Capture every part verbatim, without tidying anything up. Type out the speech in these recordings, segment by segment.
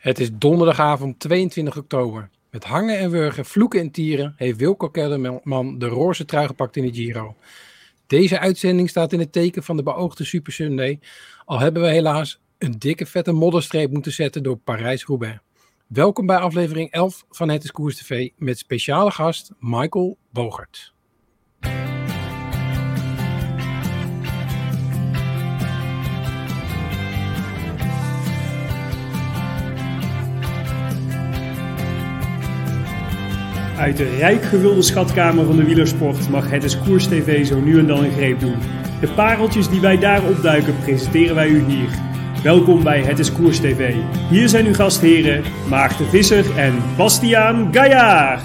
Het is donderdagavond tweeëntwintig oktober. Met hangen en wurgen, vloeken en tieren heeft Wilco Kelderman de roze trui gepakt in de Giro. Deze uitzending staat in het teken van de beoogde Super Sunday. Al hebben we helaas een dikke vette modderstreep moeten zetten door Parijs-Roubaix. Welkom bij aflevering elf van Het is Koers T V met speciale gast Michael Bogert. Uit de rijk gevulde schatkamer van de wielersport mag Het is Koers T V zo nu en dan een greep doen. De pareltjes die wij daar opduiken presenteren wij u hier. Welkom bij Het is Koers T V. Hier zijn uw gastheren Maarten Visser en Bastiaan Gaillard.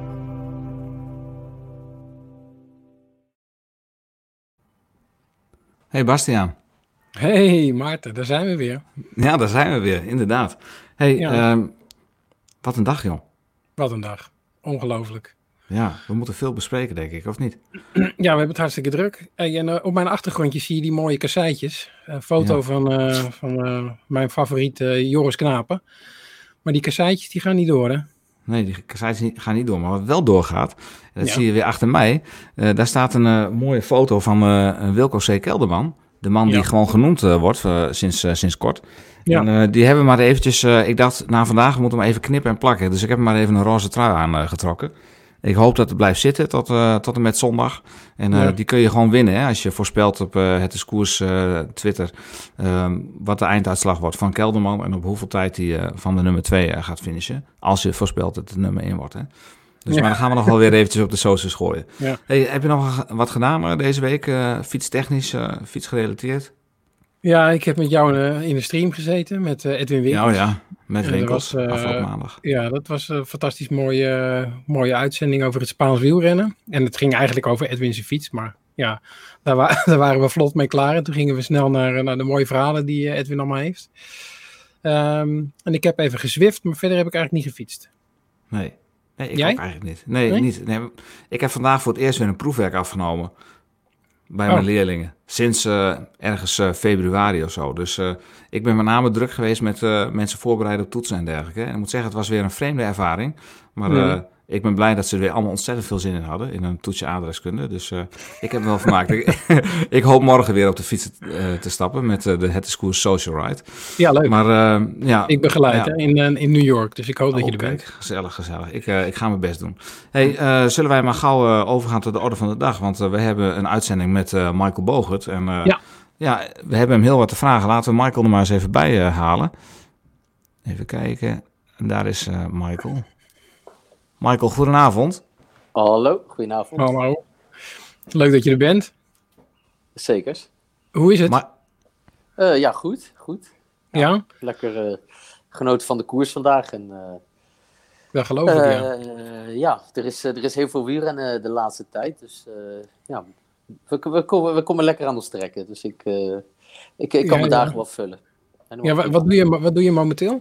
Hey Bastiaan. Hey Maarten, daar zijn we weer. Ja, daar zijn we weer, inderdaad. Hey, ja. uh, wat een dag joh. Wat een dag. Ongelooflijk. Ja, we moeten veel bespreken, denk ik, of niet? Ja, we hebben het hartstikke druk. Hey, en uh, op mijn achtergrondje zie je die mooie kasseitjes. Een foto ja. van, uh, van uh, mijn favoriet uh, Joris Knapen. Maar die kasseitjes die gaan niet door, hè? Nee, die kasseitjes gaan niet door. Maar wat wel doorgaat, en dat ja. zie je weer achter mij. Uh, daar staat een uh, mooie foto van uh, Wilco C. Kelderman. De man ja. die gewoon genoemd uh, wordt uh, sinds, uh, sinds kort. Ja. En uh, die hebben maar eventjes... Uh, ik dacht, na vandaag moeten we hem even knippen en plakken. Dus ik heb hem maar even een roze trui aangetrokken. Uh, ik hoop dat het blijft zitten tot, uh, tot en met zondag. En uh, ja. die kun je gewoon winnen. Hè, als je voorspelt op uh, Het is Koers uh, Twitter... Uh, wat de einduitslag wordt van Kelderman... en op hoeveel tijd hij uh, van de nummer twee uh, gaat finishen. Als je voorspelt dat het de nummer één wordt. Hè. Dus ja. maar dan gaan we nog wel weer eventjes op de socials gooien. Ja. Hey, heb je nog wat gedaan uh, deze week? Uh, fietstechnisch, uh, fietsgerelateerd? Ja, ik heb met jou uh, in de stream gezeten met uh, Edwin Winkels. Ja, ja, met Winkels uh, afgelopen maandag. Ja, dat was een fantastisch mooie, uh, mooie uitzending over het Spaans wielrennen. En het ging eigenlijk over Edwin's fiets, maar ja, daar, wa- daar waren we vlot mee klaar. En toen gingen we snel naar, naar de mooie verhalen die uh, Edwin allemaal heeft. Um, en ik heb even gezwift, maar verder heb ik eigenlijk niet gefietst. Nee. Nee, ik Jij? ook eigenlijk niet. Nee, nee? niet. Nee, ik heb vandaag voor het eerst weer een proefwerk afgenomen bij oh. mijn leerlingen. Sinds uh, ergens uh, februari of zo. Dus uh, ik ben met name druk geweest met uh, mensen voorbereiden op toetsen en dergelijke. En ik moet zeggen, het was weer een vreemde ervaring. Maar uh, mm. ik ben blij dat ze er weer allemaal ontzettend veel zin in hadden. In een toetsje aardrijkskunde. Dus uh, ik heb me wel vermaakt. ik, ik hoop morgen weer op de fiets uh, te stappen met uh, de Het is Koers Social Ride. Ja, leuk. Maar, uh, ja, ik begeleid ja. hè, in, uh, in New York. Dus ik hoop dat oh, je er bent. Kijk, gezellig, gezellig. Ik, uh, ik ga mijn best doen. Hey, uh, zullen wij maar gauw uh, overgaan tot de orde van de dag? Want uh, we hebben een uitzending met uh, Michael Bogert. En uh, ja. ja, we hebben hem heel wat te vragen. Laten we Michael er maar eens even bij uh, halen. Even kijken. En daar is uh, Michael. Michael, goedenavond. Hallo, goedenavond. Hallo. Leuk dat je er bent. Zekers. Hoe is het? Maar... Uh, ja, goed. goed. Ja, ja? Lekker uh, genoten van de koers vandaag. En, uh, dat geloof ik, uh, ja. Uh, ja, er is, er is heel veel wielrennen de laatste tijd. Dus uh, ja, we, we, komen, we komen lekker aan ons trekken. Dus ik, uh, ik, ik kan ja, mijn dagen ja. wel vullen. En ja, wat, wat, doe je, wat doe je momenteel?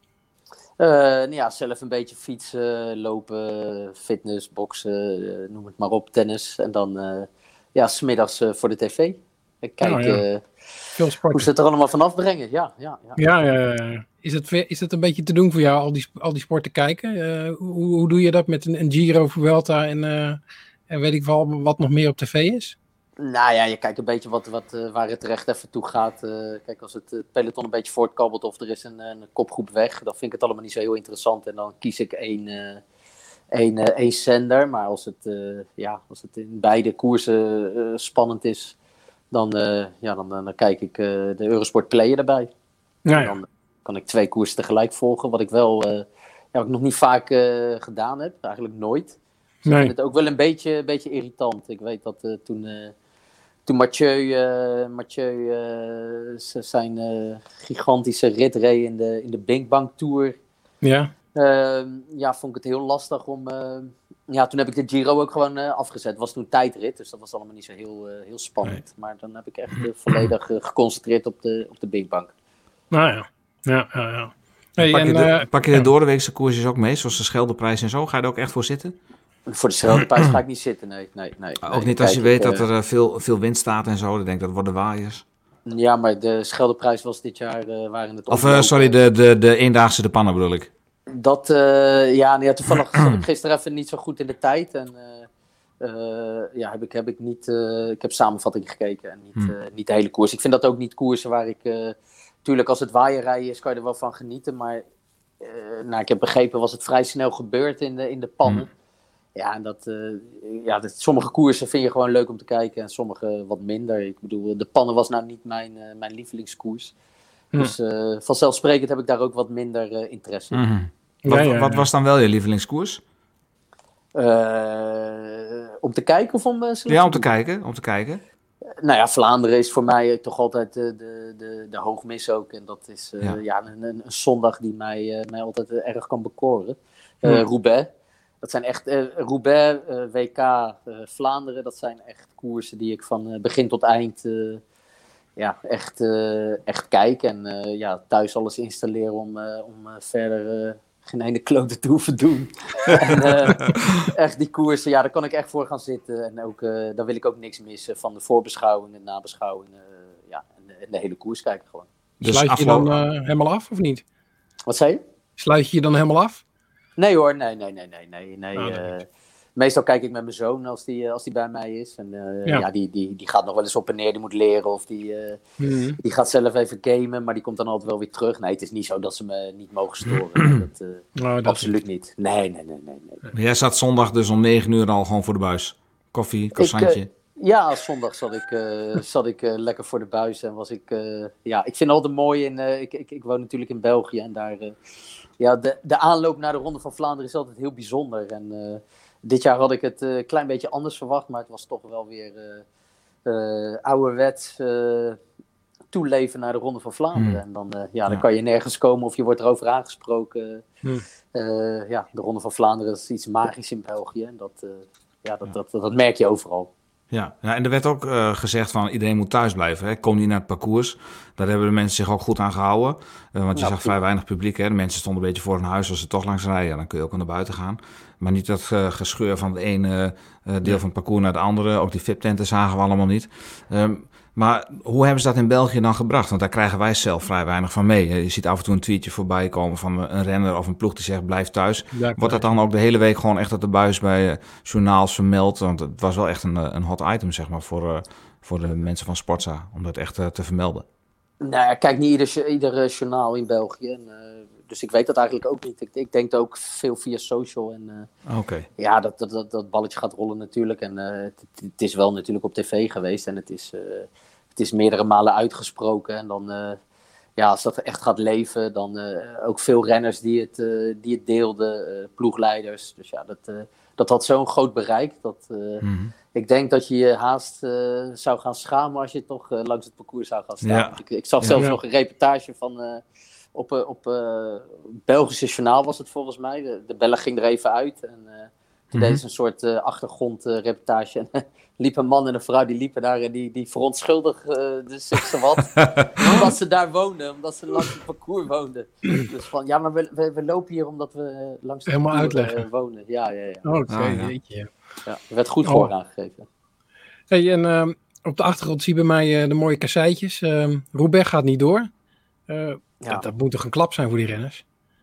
Uh, nou ja, zelf een beetje fietsen, lopen, fitness, boksen, uh, noem het maar op, tennis. En dan uh, ja, 's middags uh, voor de tv. En kijken oh, ja. uh, Veel hoe ze het er allemaal vanaf brengen. Ja, ja, ja. ja, ja, ja. Is, het, is het een beetje te doen voor jou, al die, al die sporten kijken? Uh, hoe, hoe doe je dat met een, een Giro, Vuelta en, uh, en weet ik wel wat nog meer op tv is? Nou ja, je kijkt een beetje wat, wat, uh, waar het terecht even toe gaat. Uh, kijk, als het, het peloton een beetje voortkabbelt of er is een, een kopgroep weg, dan vind ik het allemaal niet zo heel interessant. En dan kies ik één, uh, één, uh, één zender. Maar als het, uh, ja, als het in beide koersen uh, spannend is, dan, uh, ja, dan, dan kijk ik uh, de Eurosport Player erbij. Ja, ja. Dan kan ik twee koersen tegelijk volgen, wat ik wel uh, ja, wat ik nog niet vaak uh, gedaan heb. Eigenlijk nooit. Dus nee. Ik vind het ook wel een beetje, beetje irritant. Ik weet dat uh, toen... Uh, Toen Mathieu, uh, Mathieu uh, zijn uh, gigantische rit reed in de, in de Bing Bang Tour. Ja. Uh, ja, vond ik het heel lastig om... Uh, ja, toen heb ik de Giro ook gewoon uh, afgezet. Het was toen tijdrit, dus dat was allemaal niet zo heel, uh, heel spannend. Nee. Maar dan heb ik echt uh, volledig uh, geconcentreerd op de, op de Bing Bang. Nou ja, ja, ja. ja. Hey, pak, en, je de, uh, pak je de ja. doordeweekse koersjes ook mee, zoals de Scheldeprijs en zo? Ga je er ook echt voor zitten? Voor de Scheldeprijs ga ik niet zitten, nee. nee, nee ook nee, niet als je weet ik, dat er uh, veel, veel wind staat en zo. Dan denk ik, dat worden waaiers. Ja, maar de Scheldeprijs was dit jaar... Uh, waren het of uh, sorry, de, de, de eendaagse de pannen bedoel ik. Dat, uh, ja, nee, toevallig zat ik gisteren even niet zo goed in de tijd. En uh, uh, ja, heb ik, heb ik niet... Uh, ik heb samenvatting gekeken en niet, hmm. uh, niet de hele koers. Ik vind dat ook niet koersen waar ik... Uh, tuurlijk, als het waaierrijden is, kan je er wel van genieten. Maar uh, nou, ik heb begrepen, was het vrij snel gebeurd in de, in de pannen. Hmm. Ja, en dat, uh, ja, dat, sommige koersen vind je gewoon leuk om te kijken en sommige wat minder. Ik bedoel, de pannen was nou niet mijn, uh, mijn lievelingskoers. Hmm. Dus uh, vanzelfsprekend heb ik daar ook wat minder uh, interesse in. Mm-hmm. Wat, ja, ja, ja. wat was dan wel je lievelingskoers? Uh, om te kijken of om... Uh, ja, om te kijken, om te kijken. Uh, nou ja, Vlaanderen is voor mij uh, toch altijd uh, de, de, de hoogmis ook. En dat is uh, ja. Ja, een, een, een zondag die mij, uh, mij altijd uh, erg kan bekoren. Uh, hmm. Roubaix. Dat zijn echt, uh, Roubaix, uh, W K, uh, Vlaanderen, dat zijn echt koersen die ik van uh, begin tot eind uh, ja, echt, uh, echt kijk. En uh, ja, thuis alles installeren om, uh, om uh, verder uh, geen ene klote te hoeven doen. en uh, echt die koersen, ja, daar kan ik echt voor gaan zitten. En ook, uh, daar wil ik ook niks missen van de voorbeschouwing en nabeschouwing. Uh, ja, en de, en de hele koers kijken gewoon. Dus sluit je aflo- dan uh, helemaal af of niet? Wat zei je? Sluit je je dan helemaal af? Nee hoor, nee, nee, nee, nee, nee. nee. Oh, uh, meestal kijk ik met mijn zoon als die, als die bij mij is. En uh, ja, ja die, die, die gaat nog wel eens op en neer, die moet leren of die, uh, mm-hmm. die gaat zelf even gamen, maar die komt dan altijd wel weer terug. Nee, het is niet zo dat ze me niet mogen storen. dat, uh, oh, dat absoluut niet. Nee, nee, nee, nee, nee. Jij zat zondag dus om negen uur al gewoon voor de buis? Koffie, croissantje? Ik, uh, ja, zondag zat ik, uh, zat ik uh, lekker voor de buis en was ik... Uh, ja, ik vind het altijd mooi in... Uh, ik, ik, ik woon natuurlijk in België en daar... Uh, Ja, de, de aanloop naar de Ronde van Vlaanderen is altijd heel bijzonder. En uh, dit jaar had ik het een uh, klein beetje anders verwacht, maar het was toch wel weer uh, uh, ouderwets uh, toeleven naar de Ronde van Vlaanderen. Hmm. En dan, uh, ja, dan ja. kan je nergens komen of je wordt erover aangesproken. Hmm. Uh, ja, de Ronde van Vlaanderen is iets magisch in België. En dat, uh, ja, dat, ja. Dat, dat, dat merk je overal. Ja, ja, en er werd ook uh, gezegd van iedereen moet thuis blijven. Hè. Kom niet naar het parcours. Daar hebben de mensen zich ook goed aan gehouden. Uh, want je ja, zag vrij weinig publiek. Hè. De mensen stonden een beetje voor hun huis. Als ze toch langs rijden, ja, dan kun je ook naar buiten gaan. Maar niet dat uh, gescheur van het ene uh, deel ja. van het parcours naar het andere. Ook die V I P-tenten zagen we allemaal niet. Um, maar hoe hebben ze dat in België dan gebracht? Want daar krijgen wij zelf vrij weinig van mee. Je ziet af en toe een tweetje voorbij komen van een renner of een ploeg die zegt blijf thuis. Ja, wordt dat dan ook de hele week gewoon echt op de buis bij uh, journaals vermeld? Want het was wel echt een, een hot item zeg maar voor, uh, voor de mensen van Sportza om dat echt uh, te vermelden. Nou ja, kijk niet ieder, ieder uh, journaal in België. En, uh, dus ik weet dat eigenlijk ook niet. Ik, ik denk ook veel via social. En uh, okay. ja, dat, dat, dat, dat balletje gaat rollen natuurlijk. En uh, het, het is wel natuurlijk op tv geweest. En het is, uh, het is meerdere malen uitgesproken. En dan, uh, ja, als dat echt gaat leven, dan uh, ook veel renners die het, uh, die het deelden. Uh, ploegleiders. Dus ja, dat, uh, dat had zo'n groot bereik. Dat, uh, mm-hmm. Ik denk dat je je haast uh, zou gaan schamen als je toch uh, langs het parcours zou gaan staan. Ja. Ik, ik zag zelfs ja. nog een reportage van... Uh, Op, uh, op uh, Belgische journaal was het volgens mij. De, de bellen ging er even uit. En uh, toen mm-hmm. deden ze een soort uh, achtergrondreportage. Uh, en uh, liep een man en een vrouw die liepen daar. En die, die verontschuldigden uh, dus ze wat. Omdat ze daar woonden. Omdat ze langs het parcours woonden. Dus van, ja, maar we, we, we lopen hier omdat we langs het Helemaal parcours uitleggen. Uh, wonen. Ja, ja, ja. Oh, oké, ah, ja. jeetje. Ja, er werd goed oh. voor aangegeven. Hey, en uh, op de achtergrond zie je bij mij uh, de mooie kasseitjes. Uh, Roubaix gaat niet door. Uh, Ja. Dat, dat moet toch een klap zijn voor die renners?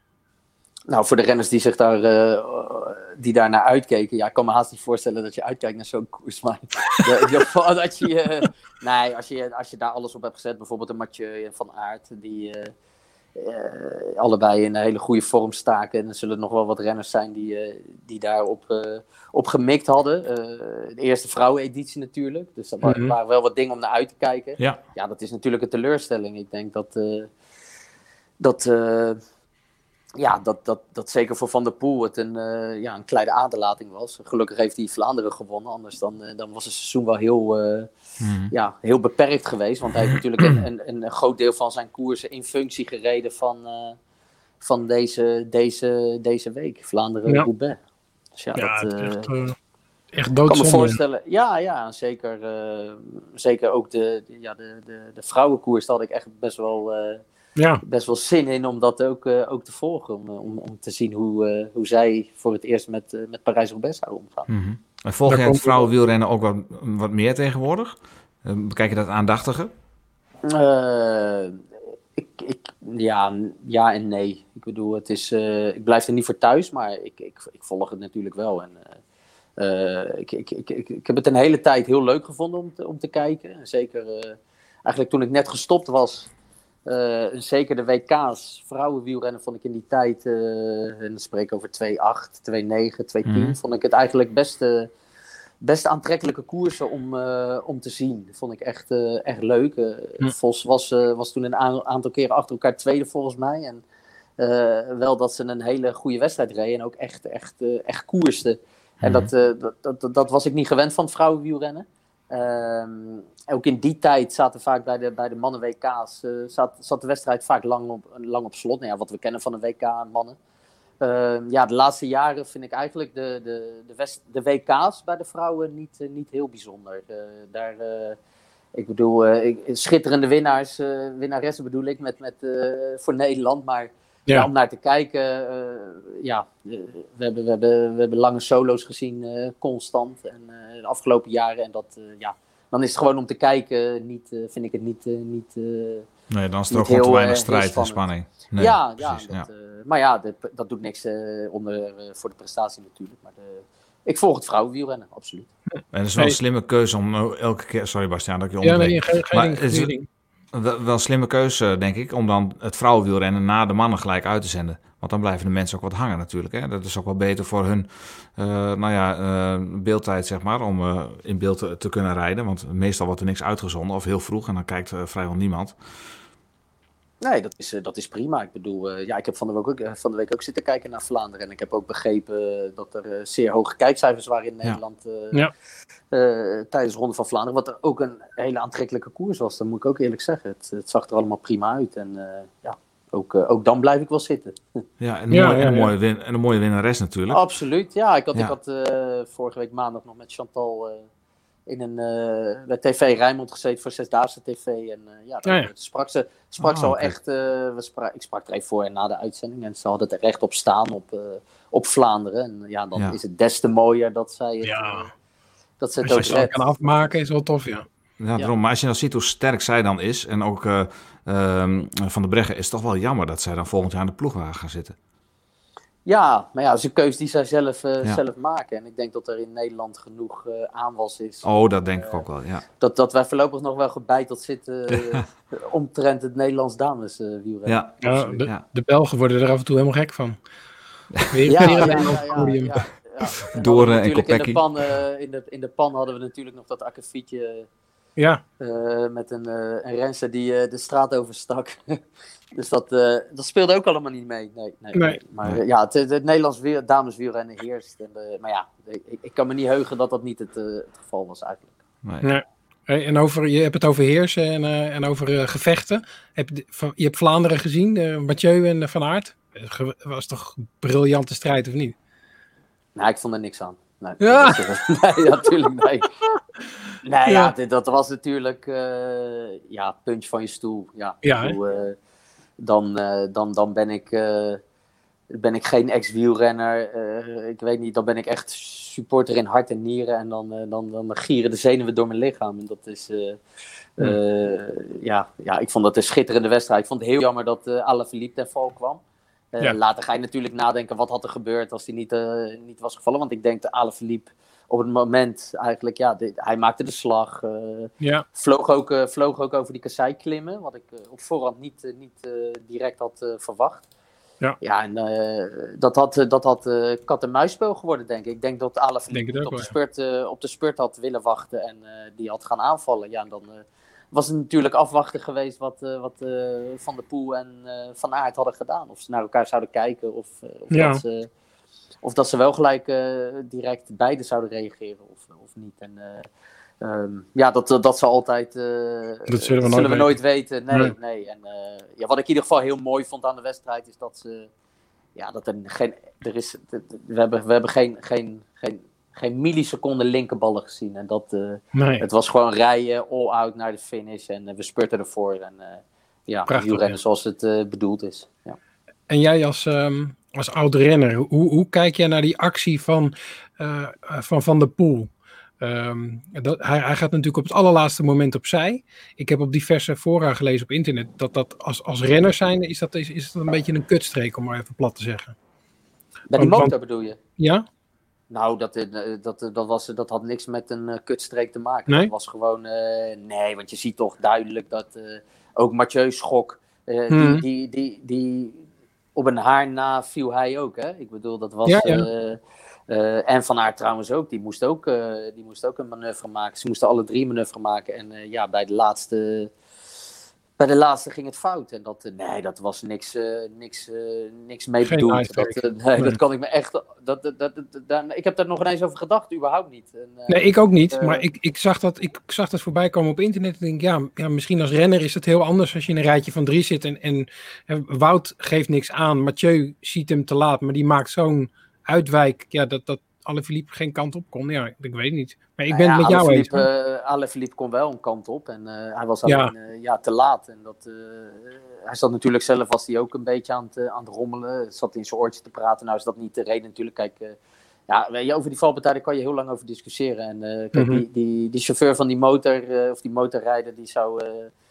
Nou, voor de renners die zich daar, uh, die daar naar uitkeken. Ja, ik kan me haast niet voorstellen dat je uitkijkt naar zo'n koers. Maar de, dat je, uh, nee, als je, als je daar alles op hebt gezet. Bijvoorbeeld een Mathieu en Van Aert. Die uh, uh, allebei in een hele goede vorm staken. En er zullen nog wel wat renners zijn die, uh, die daarop uh, op gemikt hadden. Uh, de eerste vrouweneditie natuurlijk. Dus dat mm-hmm. waren wel wat dingen om naar uit te kijken. Ja, ja dat is natuurlijk een teleurstelling. Ik denk dat... Uh, Dat, uh, ja, dat, dat, dat zeker voor Van der Poel het een, uh, ja, een kleine aderlating was. Gelukkig heeft hij Vlaanderen gewonnen. Anders dan, uh, dan was het seizoen wel heel, uh, mm. ja, heel beperkt geweest. Want hij heeft natuurlijk een, een, een groot deel van zijn koersen in functie gereden van, uh, van deze, deze, deze week. Vlaanderen-Roubaix. Ja. Dus ja, ja, dat, uh, echt, uh, echt ik kan me voorstellen. Ja, ja zeker, uh, zeker ook de, de, ja, de, de, de vrouwenkoers. Daar had ik echt best wel... Uh, Ja. best wel zin in om dat ook, uh, ook te volgen. Om, om, om te zien hoe, uh, hoe zij voor het eerst met, uh, met Parijs-Roubaix zouden omgaan. Mm-hmm. En volg jij het vrouwenwielrennen ook wat, wat meer tegenwoordig? Uh, bekijk je dat aandachtiger? Uh, ik, ik, ja, ja en nee. Ik bedoel, het is, uh, ik blijf er niet voor thuis, maar ik, ik, ik volg het natuurlijk wel. En, uh, uh, ik, ik, ik, ik, ik heb het een hele tijd heel leuk gevonden om te, om te kijken. Zeker uh, eigenlijk toen ik net gestopt was. Uh, zeker de W K's, vrouwenwielrennen, vond ik in die tijd, uh, en dan spreek ik over twee acht, twee negen, twee tien, mm. vond ik het eigenlijk best, uh, best aantrekkelijke koersen om, uh, om te zien. Dat vond ik echt, uh, echt leuk. Uh, mm. Vos was, uh, was toen een a- aantal keren achter elkaar tweede volgens mij. En uh, wel dat ze een hele goede wedstrijd reden en ook echt, echt, uh, echt koersten. Mm. En dat, uh, dat, dat, dat was ik niet gewend van het vrouwenwielrennen. Um, ook in die tijd zaten vaak bij de, bij de mannen-W K's, uh, zat, zat de wedstrijd vaak lang op, lang op slot. Nou ja, wat we kennen van de W K mannen. Uh, ja, de laatste jaren vind ik eigenlijk de, de, de, West, de W K's bij de vrouwen niet, uh, niet heel bijzonder. Uh, daar, uh, ik bedoel, uh, ik, schitterende winnaars, uh, winnaressen bedoel ik met, met, uh, voor Nederland, maar... Ja. Ja, om naar te kijken, uh, ja, uh, we, hebben, we, hebben, we hebben lange solo's gezien, uh, constant, en, uh, de afgelopen jaren. En dat, uh, ja, dan is het gewoon om te kijken, niet, uh, vind ik het niet... Uh, niet uh, nee, dan is er ook gewoon te weinig strijd en spanning. Nee, ja, precies, ja, dat, ja. Uh, maar ja, dat, dat doet niks uh, onder, uh, voor de prestatie natuurlijk. Maar de, ik volg het vrouwenwielrennen, absoluut. En het is wel een slimme keuze om elke keer... Sorry Bastiaan, dat ik je ja, onderbreek. nee, geen, geen, geen, geen ding. Wel, wel een slimme keuze, denk ik, om dan het vrouwenwielrennen na de mannen gelijk uit te zenden. Want dan blijven de mensen ook wat hangen natuurlijk. Hè? Dat is ook wel beter voor hun uh, nou ja, uh, beeldtijd, zeg maar, om uh, in beeld te, te kunnen rijden. Want meestal wordt er niks uitgezonden of heel vroeg en dan kijkt uh, vrijwel niemand. Nee, dat is, uh, dat is prima. Ik bedoel, uh, ja, ik heb van de, week ook, uh, van de week ook zitten kijken naar Vlaanderen. En ik heb ook begrepen uh, dat er uh, zeer hoge kijkcijfers waren in Nederland uh, ja. uh, tijdens de Ronde van Vlaanderen. Wat er ook een hele aantrekkelijke koers was, dat moet ik ook eerlijk zeggen. Het, het zag er allemaal prima uit. En uh, ja, ook, uh, ook dan blijf ik wel zitten. Ja, en een, ja, mooie, ja, en een, mooie, win, en een mooie winnares natuurlijk. Absoluut, ja. Ik had, ja. Ik had uh, vorige week maandag nog met Chantal... Uh, in een uh, bij T V Rijnmond gezeten voor Zesdaagse T V. En uh, ja, dan, ja, ja. sprak ze, sprak oh, ze al okay. echt... Uh, we sprak, ik sprak er even voor en na de uitzending. En ze hadden het er echt op staan, op, uh, op Vlaanderen. En ja, dan ja. is het des te mooier dat zij het, ja. uh, dat ze het als ook je het kan afmaken, is wel tof, ja. Ja, daarom. Ja. Maar als je dan ziet hoe sterk zij dan is... en ook uh, uh, Van der Breggen, is het toch wel jammer... dat zij dan volgend jaar in de ploegwagen gaan zitten. Ja, maar ja, dat is een keuze die zij zelf, uh, ja. zelf maken. En ik denk dat er in Nederland genoeg uh, aanwas is. Oh, dat denk uh, ik ook wel, ja. Dat, dat wij voorlopig nog wel gebeiteld zitten uh, omtrent het Nederlands dames uh, wielrennen. Ja, ja, de, ja, de Belgen worden er af en toe helemaal gek van. Weer ja, ja, ja, ja, ja, ja, ja. Door en in de, pan, uh, in, de, in de pan hadden we natuurlijk nog dat akkefietje... Ja. Uh, met een, uh, een renster die uh, de straat overstak. Dus dat, uh, dat speelde ook allemaal niet mee. Nee, nee. nee. Maar nee. Uh, ja, het, het Nederlands wiel, dameswielrennen heerst. En, uh, maar ja, ik, ik kan me niet heugen dat dat niet het, uh, het geval was eigenlijk. Nee. Nee. Hey, en over, je hebt het over heersen en, uh, en over uh, gevechten. Heb, je hebt Vlaanderen gezien, uh, Mathieu en uh, Van Aert. Dat was toch een briljante strijd, of niet? Nou, ik vond er niks aan. Nee, ja. dat was, nee, natuurlijk nee. Nee, ja, ja dit, dat was natuurlijk uh, ja, puntje van je stoel. Ja, ja bedoel, uh, dan, uh, dan, dan ben ik, uh, ben ik geen ex-wielrenner. Uh, ik weet niet, dan ben ik echt supporter in hart en nieren. En dan, uh, dan, dan gieren de zenuwen door mijn lichaam. En dat is, uh, uh, ja, ja, ik vond dat een schitterende wedstrijd. Ik vond het heel jammer dat uh, Alaphilippe ten val kwam. Uh, ja. Later ga je natuurlijk nadenken, wat had er gebeurd als hij niet, uh, niet was gevallen. Want ik denk dat Alaphilippe op het moment eigenlijk, ja, de, hij maakte de slag. Uh, ja. vloog, ook, uh, vloog ook over die kassei klimmen, wat ik uh, op voorhand niet, uh, niet uh, direct had uh, verwacht. Ja, ja en uh, dat had, uh, dat had uh, kat-en-muisspel geworden, denk ik. Ik denk dat Alaphilippe op, wel, de spurt, uh, op de spurt had willen wachten en uh, die had gaan aanvallen. Ja, en dan... Uh, was het natuurlijk afwachten geweest wat, uh, wat uh, Van der Poel en uh, Van Aert hadden gedaan. Of ze naar elkaar zouden kijken of, uh, of, ja. dat, ze, of dat ze wel gelijk uh, direct beide zouden reageren of, of niet. En, uh, um, ja, dat, dat zal altijd... Uh, dat zullen we, dat nooit, zullen we weten. nooit weten. Nee, nee. nee. En, uh, ja, wat ik in ieder geval heel mooi vond aan de wedstrijd is dat ze... Ja, dat er geen... Er is, we hebben, we hebben geen... geen, geen geen milliseconden linkerballen gezien. En dat, uh, nee. Het was gewoon rijden, all-out naar de finish. En uh, we spurten ervoor. En uh, ja, wielrennen ja. zoals het uh, bedoeld is. Ja. En jij als, um, als oud renner, hoe, hoe kijk jij naar die actie van uh, van, van der Poel? Um, dat, hij, hij gaat natuurlijk op het allerlaatste moment opzij. Ik heb op diverse fora gelezen op internet dat dat als, als renner zijn, is dat, is, is dat een beetje een kutstreek, om maar even plat te zeggen. Bij die motor bedoel je? Ja? Nou, dat, dat, dat, was, dat had niks met een uh, kutstreek te maken. Nee? Dat was gewoon... Uh, nee, want je ziet toch duidelijk dat... Uh, ook Mathieu Schok... Uh, hmm. die, die, die, die... Op een haar na viel hij ook, hè? Ik bedoel, dat was... Ja, ja. Uh, uh, en Van Aert trouwens ook. Die moest ook, uh, die moest ook een manoeuvre maken. Ze moesten alle drie een manoeuvre maken. En uh, ja, bij de laatste... Bij de laatste ging het fout. En dat, nee, dat was niks, uh, niks, uh, niks mee bedoeld. Dat, uh, nee, nee, dat kan ik me echt... Dat, dat, dat, dat, dat, ik heb daar nog ineens over gedacht, überhaupt niet. En, uh, nee, ik ook niet. Uh, maar ik, ik, zag dat, ik zag dat voorbij komen op internet. En denk, ja, ja, misschien als renner is het heel anders als je in een rijtje van drie zit. En, en, en Wout geeft niks aan. Mathieu ziet hem te laat, maar die maakt zo'n uitwijk. Ja, dat, dat Alaphilippe geen kant op kon. Ja, ik weet niet. Maar ik nou ben ja, het met jou eens. Uh, Alaphilippe kon wel een kant op. En uh, hij was alleen ja. Uh, ja, te laat. En dat, uh, hij zat natuurlijk zelf, was hij ook een beetje aan het, uh, aan het rommelen. Zat in zijn oortje te praten. Nou is dat niet de reden natuurlijk. Kijk, uh, ja, weet je, over die valpartij daar kan je heel lang over discussiëren. En uh, kijk, mm-hmm. die, die, die chauffeur van die motor, uh, of die motorrijder, die zou... Uh,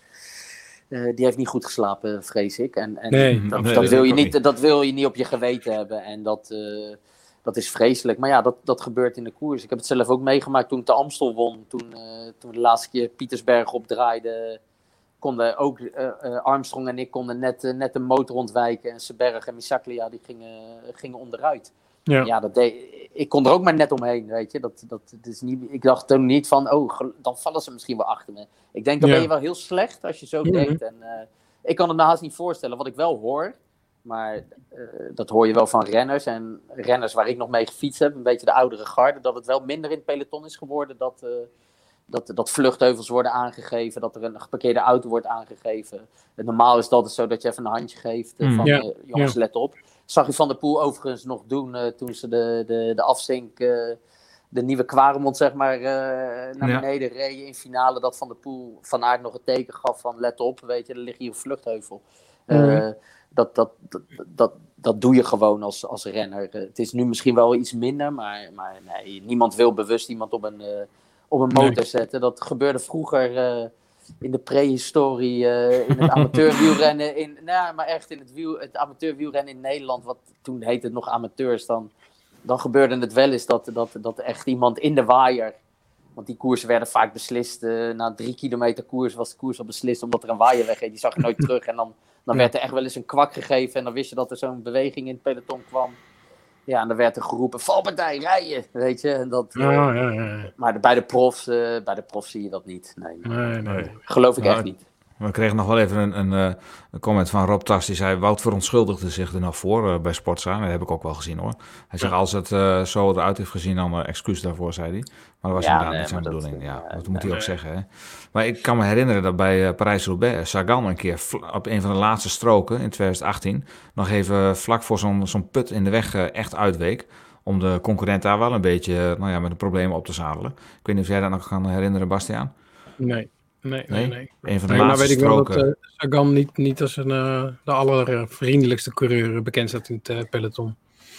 Uh, die heeft niet goed geslapen, vrees ik. En, en nee, dat, nee, dat, dat, wil je niet, niet, dat wil je niet op je geweten hebben. En dat, uh, dat is vreselijk. Maar ja, dat, dat gebeurt in de koers. Ik heb het zelf ook meegemaakt toen ik de Amstel won. Toen, uh, toen we de laatste keer Pietersberg opdraaiden. Konden ook uh, uh, Armstrong en ik konden net, uh, net de motor ontwijken. En Seberg en Misaklia die gingen, gingen onderuit. Ja, ja dat deed, ik kon er ook maar net omheen, weet je. Dat, dat, dat is niet, ik dacht toen niet van, oh, dan vallen ze misschien wel achter me. Ik denk, dan ja. ben je wel heel slecht als je zo mm-hmm. denkt. En uh, ik kan het me haast niet voorstellen. Wat ik wel hoor, maar uh, dat hoor je wel van renners. En renners waar ik nog mee gefietst heb, een beetje de oudere garde, dat het wel minder in het peloton is geworden. Dat, uh, dat, dat vluchtheuvels worden aangegeven, dat er een geparkeerde auto wordt aangegeven. En normaal is het altijd zo dat je even een handje geeft uh, van, mm, ja. uh, jongens, ja. let op. Zag je Van der Poel overigens nog doen uh, toen ze de, de, de afzink, uh, de nieuwe Kwaremond zeg maar, uh, naar ja. beneden reden in finale. Dat Van der Poel Van Aert nog het teken gaf van let op, weet je, er ligt hier een vluchtheuvel. Mm-hmm. Uh, dat, dat, dat, dat, dat doe je gewoon als, als renner. Uh, het is nu misschien wel iets minder, maar, maar nee, niemand wil bewust iemand op een, uh, op een motor nee. zetten. Dat gebeurde vroeger... Uh, in de prehistorie, uh, in het amateurwielrennen, in, nou, maar echt in het, wiel, het amateurwielrennen in Nederland, wat toen heette het nog amateurs, dan, dan gebeurde het wel eens dat, dat, dat echt iemand in de waaier, want die koersen werden vaak beslist, uh, na drie kilometer koers was de koers al beslist, omdat er een waaier weggeeft, die zag je nooit terug en dan, dan werd er echt wel eens een kwak gegeven en dan wist je dat er zo'n beweging in het peloton kwam. Ja, en dan werd er geroepen, valpartij, rijden, weet je. En dat, uh, ja, ja, ja. Maar de, bij, de profs, uh, bij de profs zie je dat niet. Nee, nee, nee. Geloof ik nou, echt niet. We kregen nog wel even een, een, een comment van Rob Tas. Die zei, Wout verontschuldigde zich er nog voor uh, bij Sportza. Dat heb ik ook wel gezien hoor. Hij zegt, ja. als het uh, zo eruit heeft gezien, dan uh, excuus daarvoor, zei hij. Maar dat was ja, inderdaad nee, niet zijn bedoeling. Dat, ja, ja, dat moet nee, hij ook nee. zeggen. Hè. Maar ik kan me herinneren dat bij uh, Parijs-Roubaix Sagan een keer vl- op een van de laatste stroken in twintig achttien... nog even vlak voor zo'n, zo'n put in de weg uh, echt uitweek. Om de concurrent daar wel een beetje nou ja, met de problemen op te zadelen. Ik weet niet of jij dat nog kan herinneren, Bastiaan? Nee. Nee, nee, nee. Een van de nee, laatste weet stroken. Ik wel dat uh, Sagan niet, niet als een, uh, de allervriendelijkste coureur bekend staat in het uh, peloton.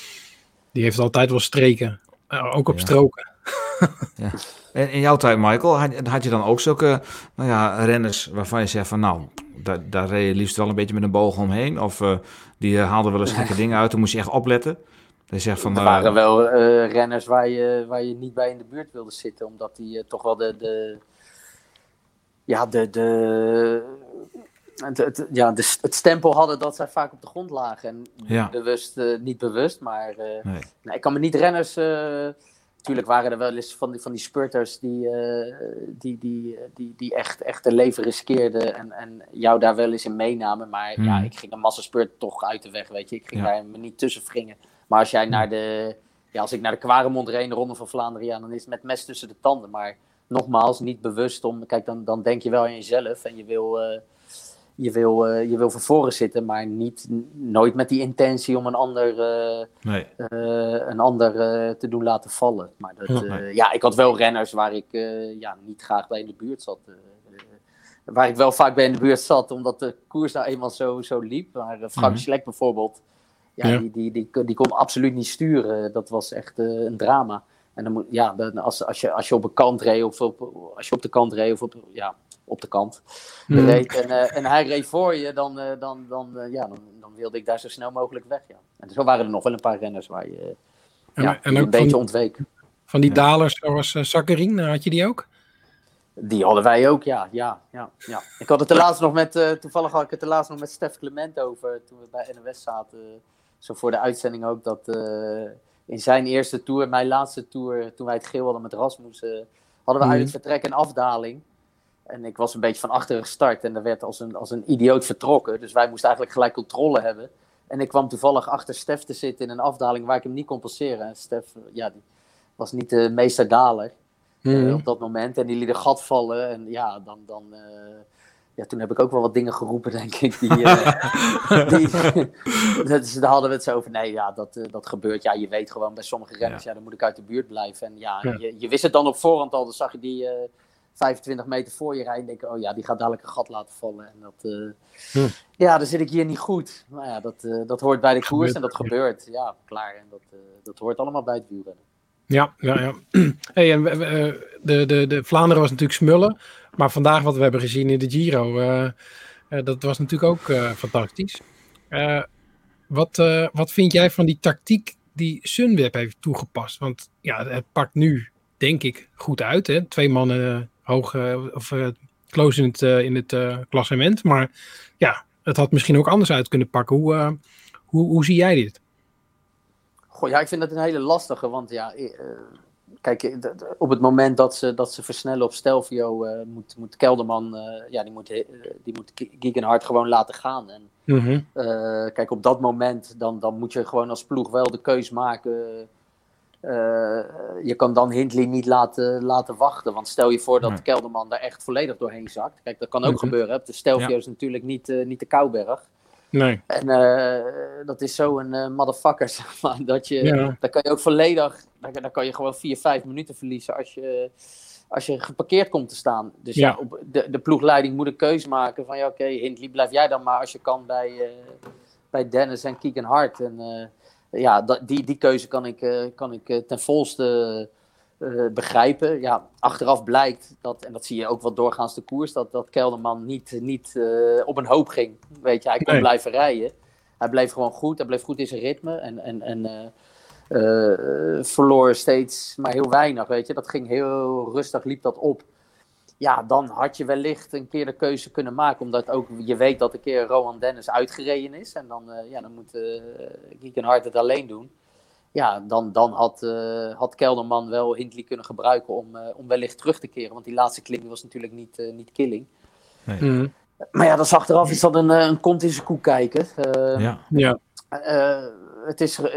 Die heeft altijd wel streken. Uh, ook op ja. stroken. Ja. En in jouw tijd, Michael, had, had je dan ook zulke nou ja, renners waarvan je zegt van nou, daar, daar reed je liefst wel een beetje met een boog omheen? Of uh, die uh, haalden wel eens gekke dingen uit, dan moest je echt opletten? Je zegt van, er waren uh, wel uh, renners waar je, waar je niet bij in de buurt wilde zitten, omdat die uh, toch wel de... de Ja, de, de, het, het, ja de, het stempel hadden dat zij vaak op de grond lagen. En ja. bewust, uh, niet bewust, maar uh, nee. Nee, ik kan me niet renners... Uh, natuurlijk waren er wel eens van die, van die spurters die, uh, die, die, die, die echt, echt de leven riskeerden en, en jou daar wel eens in meenamen. Maar hmm. ja, ik ging een massaspurt toch uit de weg, weet je. Ik ging ja. daar me niet tussen wringen. Maar als jij naar de... Ja, als ik naar de Kwaremond reed, de Ronde van Vlaanderen, ja, dan is het met mes tussen de tanden, maar... Nogmaals, niet bewust om... Kijk, dan, dan denk je wel aan jezelf en je wil, uh, je, wil, uh, je wil voor voren zitten, maar niet, nooit met die intentie om een ander, uh, nee. uh, een ander uh, te doen laten vallen. Maar dat, uh, nee. ja, ik had wel renners waar ik uh, ja, niet graag bij in de buurt zat. Uh, uh, waar ik wel vaak bij in de buurt zat, omdat de koers nou eenmaal zo, zo liep. Maar uh, Frank mm-hmm. Schleck bijvoorbeeld, ja, ja. Die, die, die, die kon absoluut niet sturen. Dat was echt uh, een drama. En dan moet, ja, dan als, als, je, als je op een kant reed, of op, als je op de kant reed, of op, ja, op de kant mm. reed, en, uh, en hij reed voor je, dan, uh, dan, dan, uh, ja, dan, dan wilde ik daar zo snel mogelijk weg. Ja. En zo waren er nog wel een paar renners waar je, uh, en, ja, en ook een beetje van, ontweek. Van die dalers zoals uh, Sakharin, had je die ook? Die hadden wij ook, ja. ja, ja, ja. Ik had het de laatst nog met, uh, toevallig had ik het de laatst nog met Stef Clement over, toen we bij N O S zaten, uh, zo voor de uitzending ook, dat uh, in zijn eerste tour, mijn laatste tour, toen wij het geel hadden met Rasmus, uh, hadden we mm. uit het vertrek een afdaling. En ik was een beetje van achteren gestart en er werd als een, als een idioot vertrokken. Dus wij moesten eigenlijk gelijk controle hebben. En ik kwam toevallig achter Stef te zitten in een afdaling waar ik hem niet kon passeren. En Stef, ja, die was niet de meesterdaler mm. uh, op dat moment. En die liet een gat vallen. En ja, dan... dan uh, ja, toen heb ik ook wel wat dingen geroepen, denk ik. Die, uh, die, dus daar hadden we het zo over. Nee, ja, dat, uh, dat gebeurt. Ja, je weet gewoon bij sommige renners, ja. ja, dan moet ik uit de buurt blijven. En ja, ja. Je, je wist het dan op voorhand al. Dan zag je die uh, vijfentwintig meter voor je rijden. En denk je, oh ja, die gaat dadelijk een gat laten vallen. En dat, uh, hm. ja, dan zit ik hier niet goed. Maar ja, dat, uh, dat hoort bij de koers en dat gebeurt. Ja, klaar. En dat, uh, dat hoort allemaal bij het wielrennen. Ja, ja, ja. Hey, en uh, de, de, de Vlaanderen was natuurlijk smullen. Maar vandaag wat we hebben gezien in de Giro, uh, uh, dat was natuurlijk ook uh, fantastisch. Uh, wat, uh, wat vind jij van die tactiek die Sunweb heeft toegepast? Want ja, het pakt nu, denk ik, goed uit. Hè? Twee mannen uh, hoog uh, of uh, close in het, uh, in het uh, klassement. Maar ja, het had misschien ook anders uit kunnen pakken. Hoe, uh, hoe, hoe zie jij dit? Goh, ja, ik vind dat een hele lastige, want ja... Uh... Kijk, op het moment dat ze, dat ze versnellen op Stelvio, uh, moet, moet Kelderman, uh, ja, die moet, uh, die moet Gegenhardt gewoon laten gaan. En, mm-hmm. uh, kijk, op dat moment, dan, dan moet je gewoon als ploeg wel de keus maken. Uh, je kan dan Hindley niet laten, laten wachten, want stel je voor dat nee. Kelderman daar echt volledig doorheen zakt. Kijk, dat kan ook mm-hmm. gebeuren. De Stelvio ja. is natuurlijk niet, uh, niet de Kouberg. Nee. En uh, dat is zo'n uh, motherfucker, zeg maar, dat je, ja. daar kan je ook volledig, daar, daar kan je gewoon vier, vijf minuten verliezen als je, als je geparkeerd komt te staan. Dus ja, ja op de, de ploegleiding moet een keuze maken van, ja oké, okay, Hindley, blijf jij dan maar als je kan bij, uh, bij Dennis en Gegenhardt. En uh, ja, dat, die, die keuze kan ik, uh, kan ik uh, ten volste uh, begrijpen. Ja, achteraf blijkt, dat, en dat zie je ook wel doorgaans de koers, dat, dat Kelderman niet, niet uh, op een hoop ging. Weet je, hij kon nee. blijven rijden. Hij bleef gewoon goed, hij bleef goed in zijn ritme en, en, en uh, uh, verloor steeds maar heel weinig, weet je. Dat ging heel rustig, liep dat op. Ja, dan had je wellicht een keer de keuze kunnen maken, omdat ook je weet dat een keer Rohan Dennis uitgereden is en dan, uh, ja, dan moet uh, Gegenhardt het alleen doen. Ja, dan, dan had, uh, had Kelderman wel Hindley kunnen gebruiken om, uh, om wellicht terug te keren. Want die laatste klim was natuurlijk niet, uh, niet killing. Nee. Mm. Maar ja, dat is achteraf is dat een, een kont in zijn koek kijken. Uh, ja. ja. Uh, het, is, uh,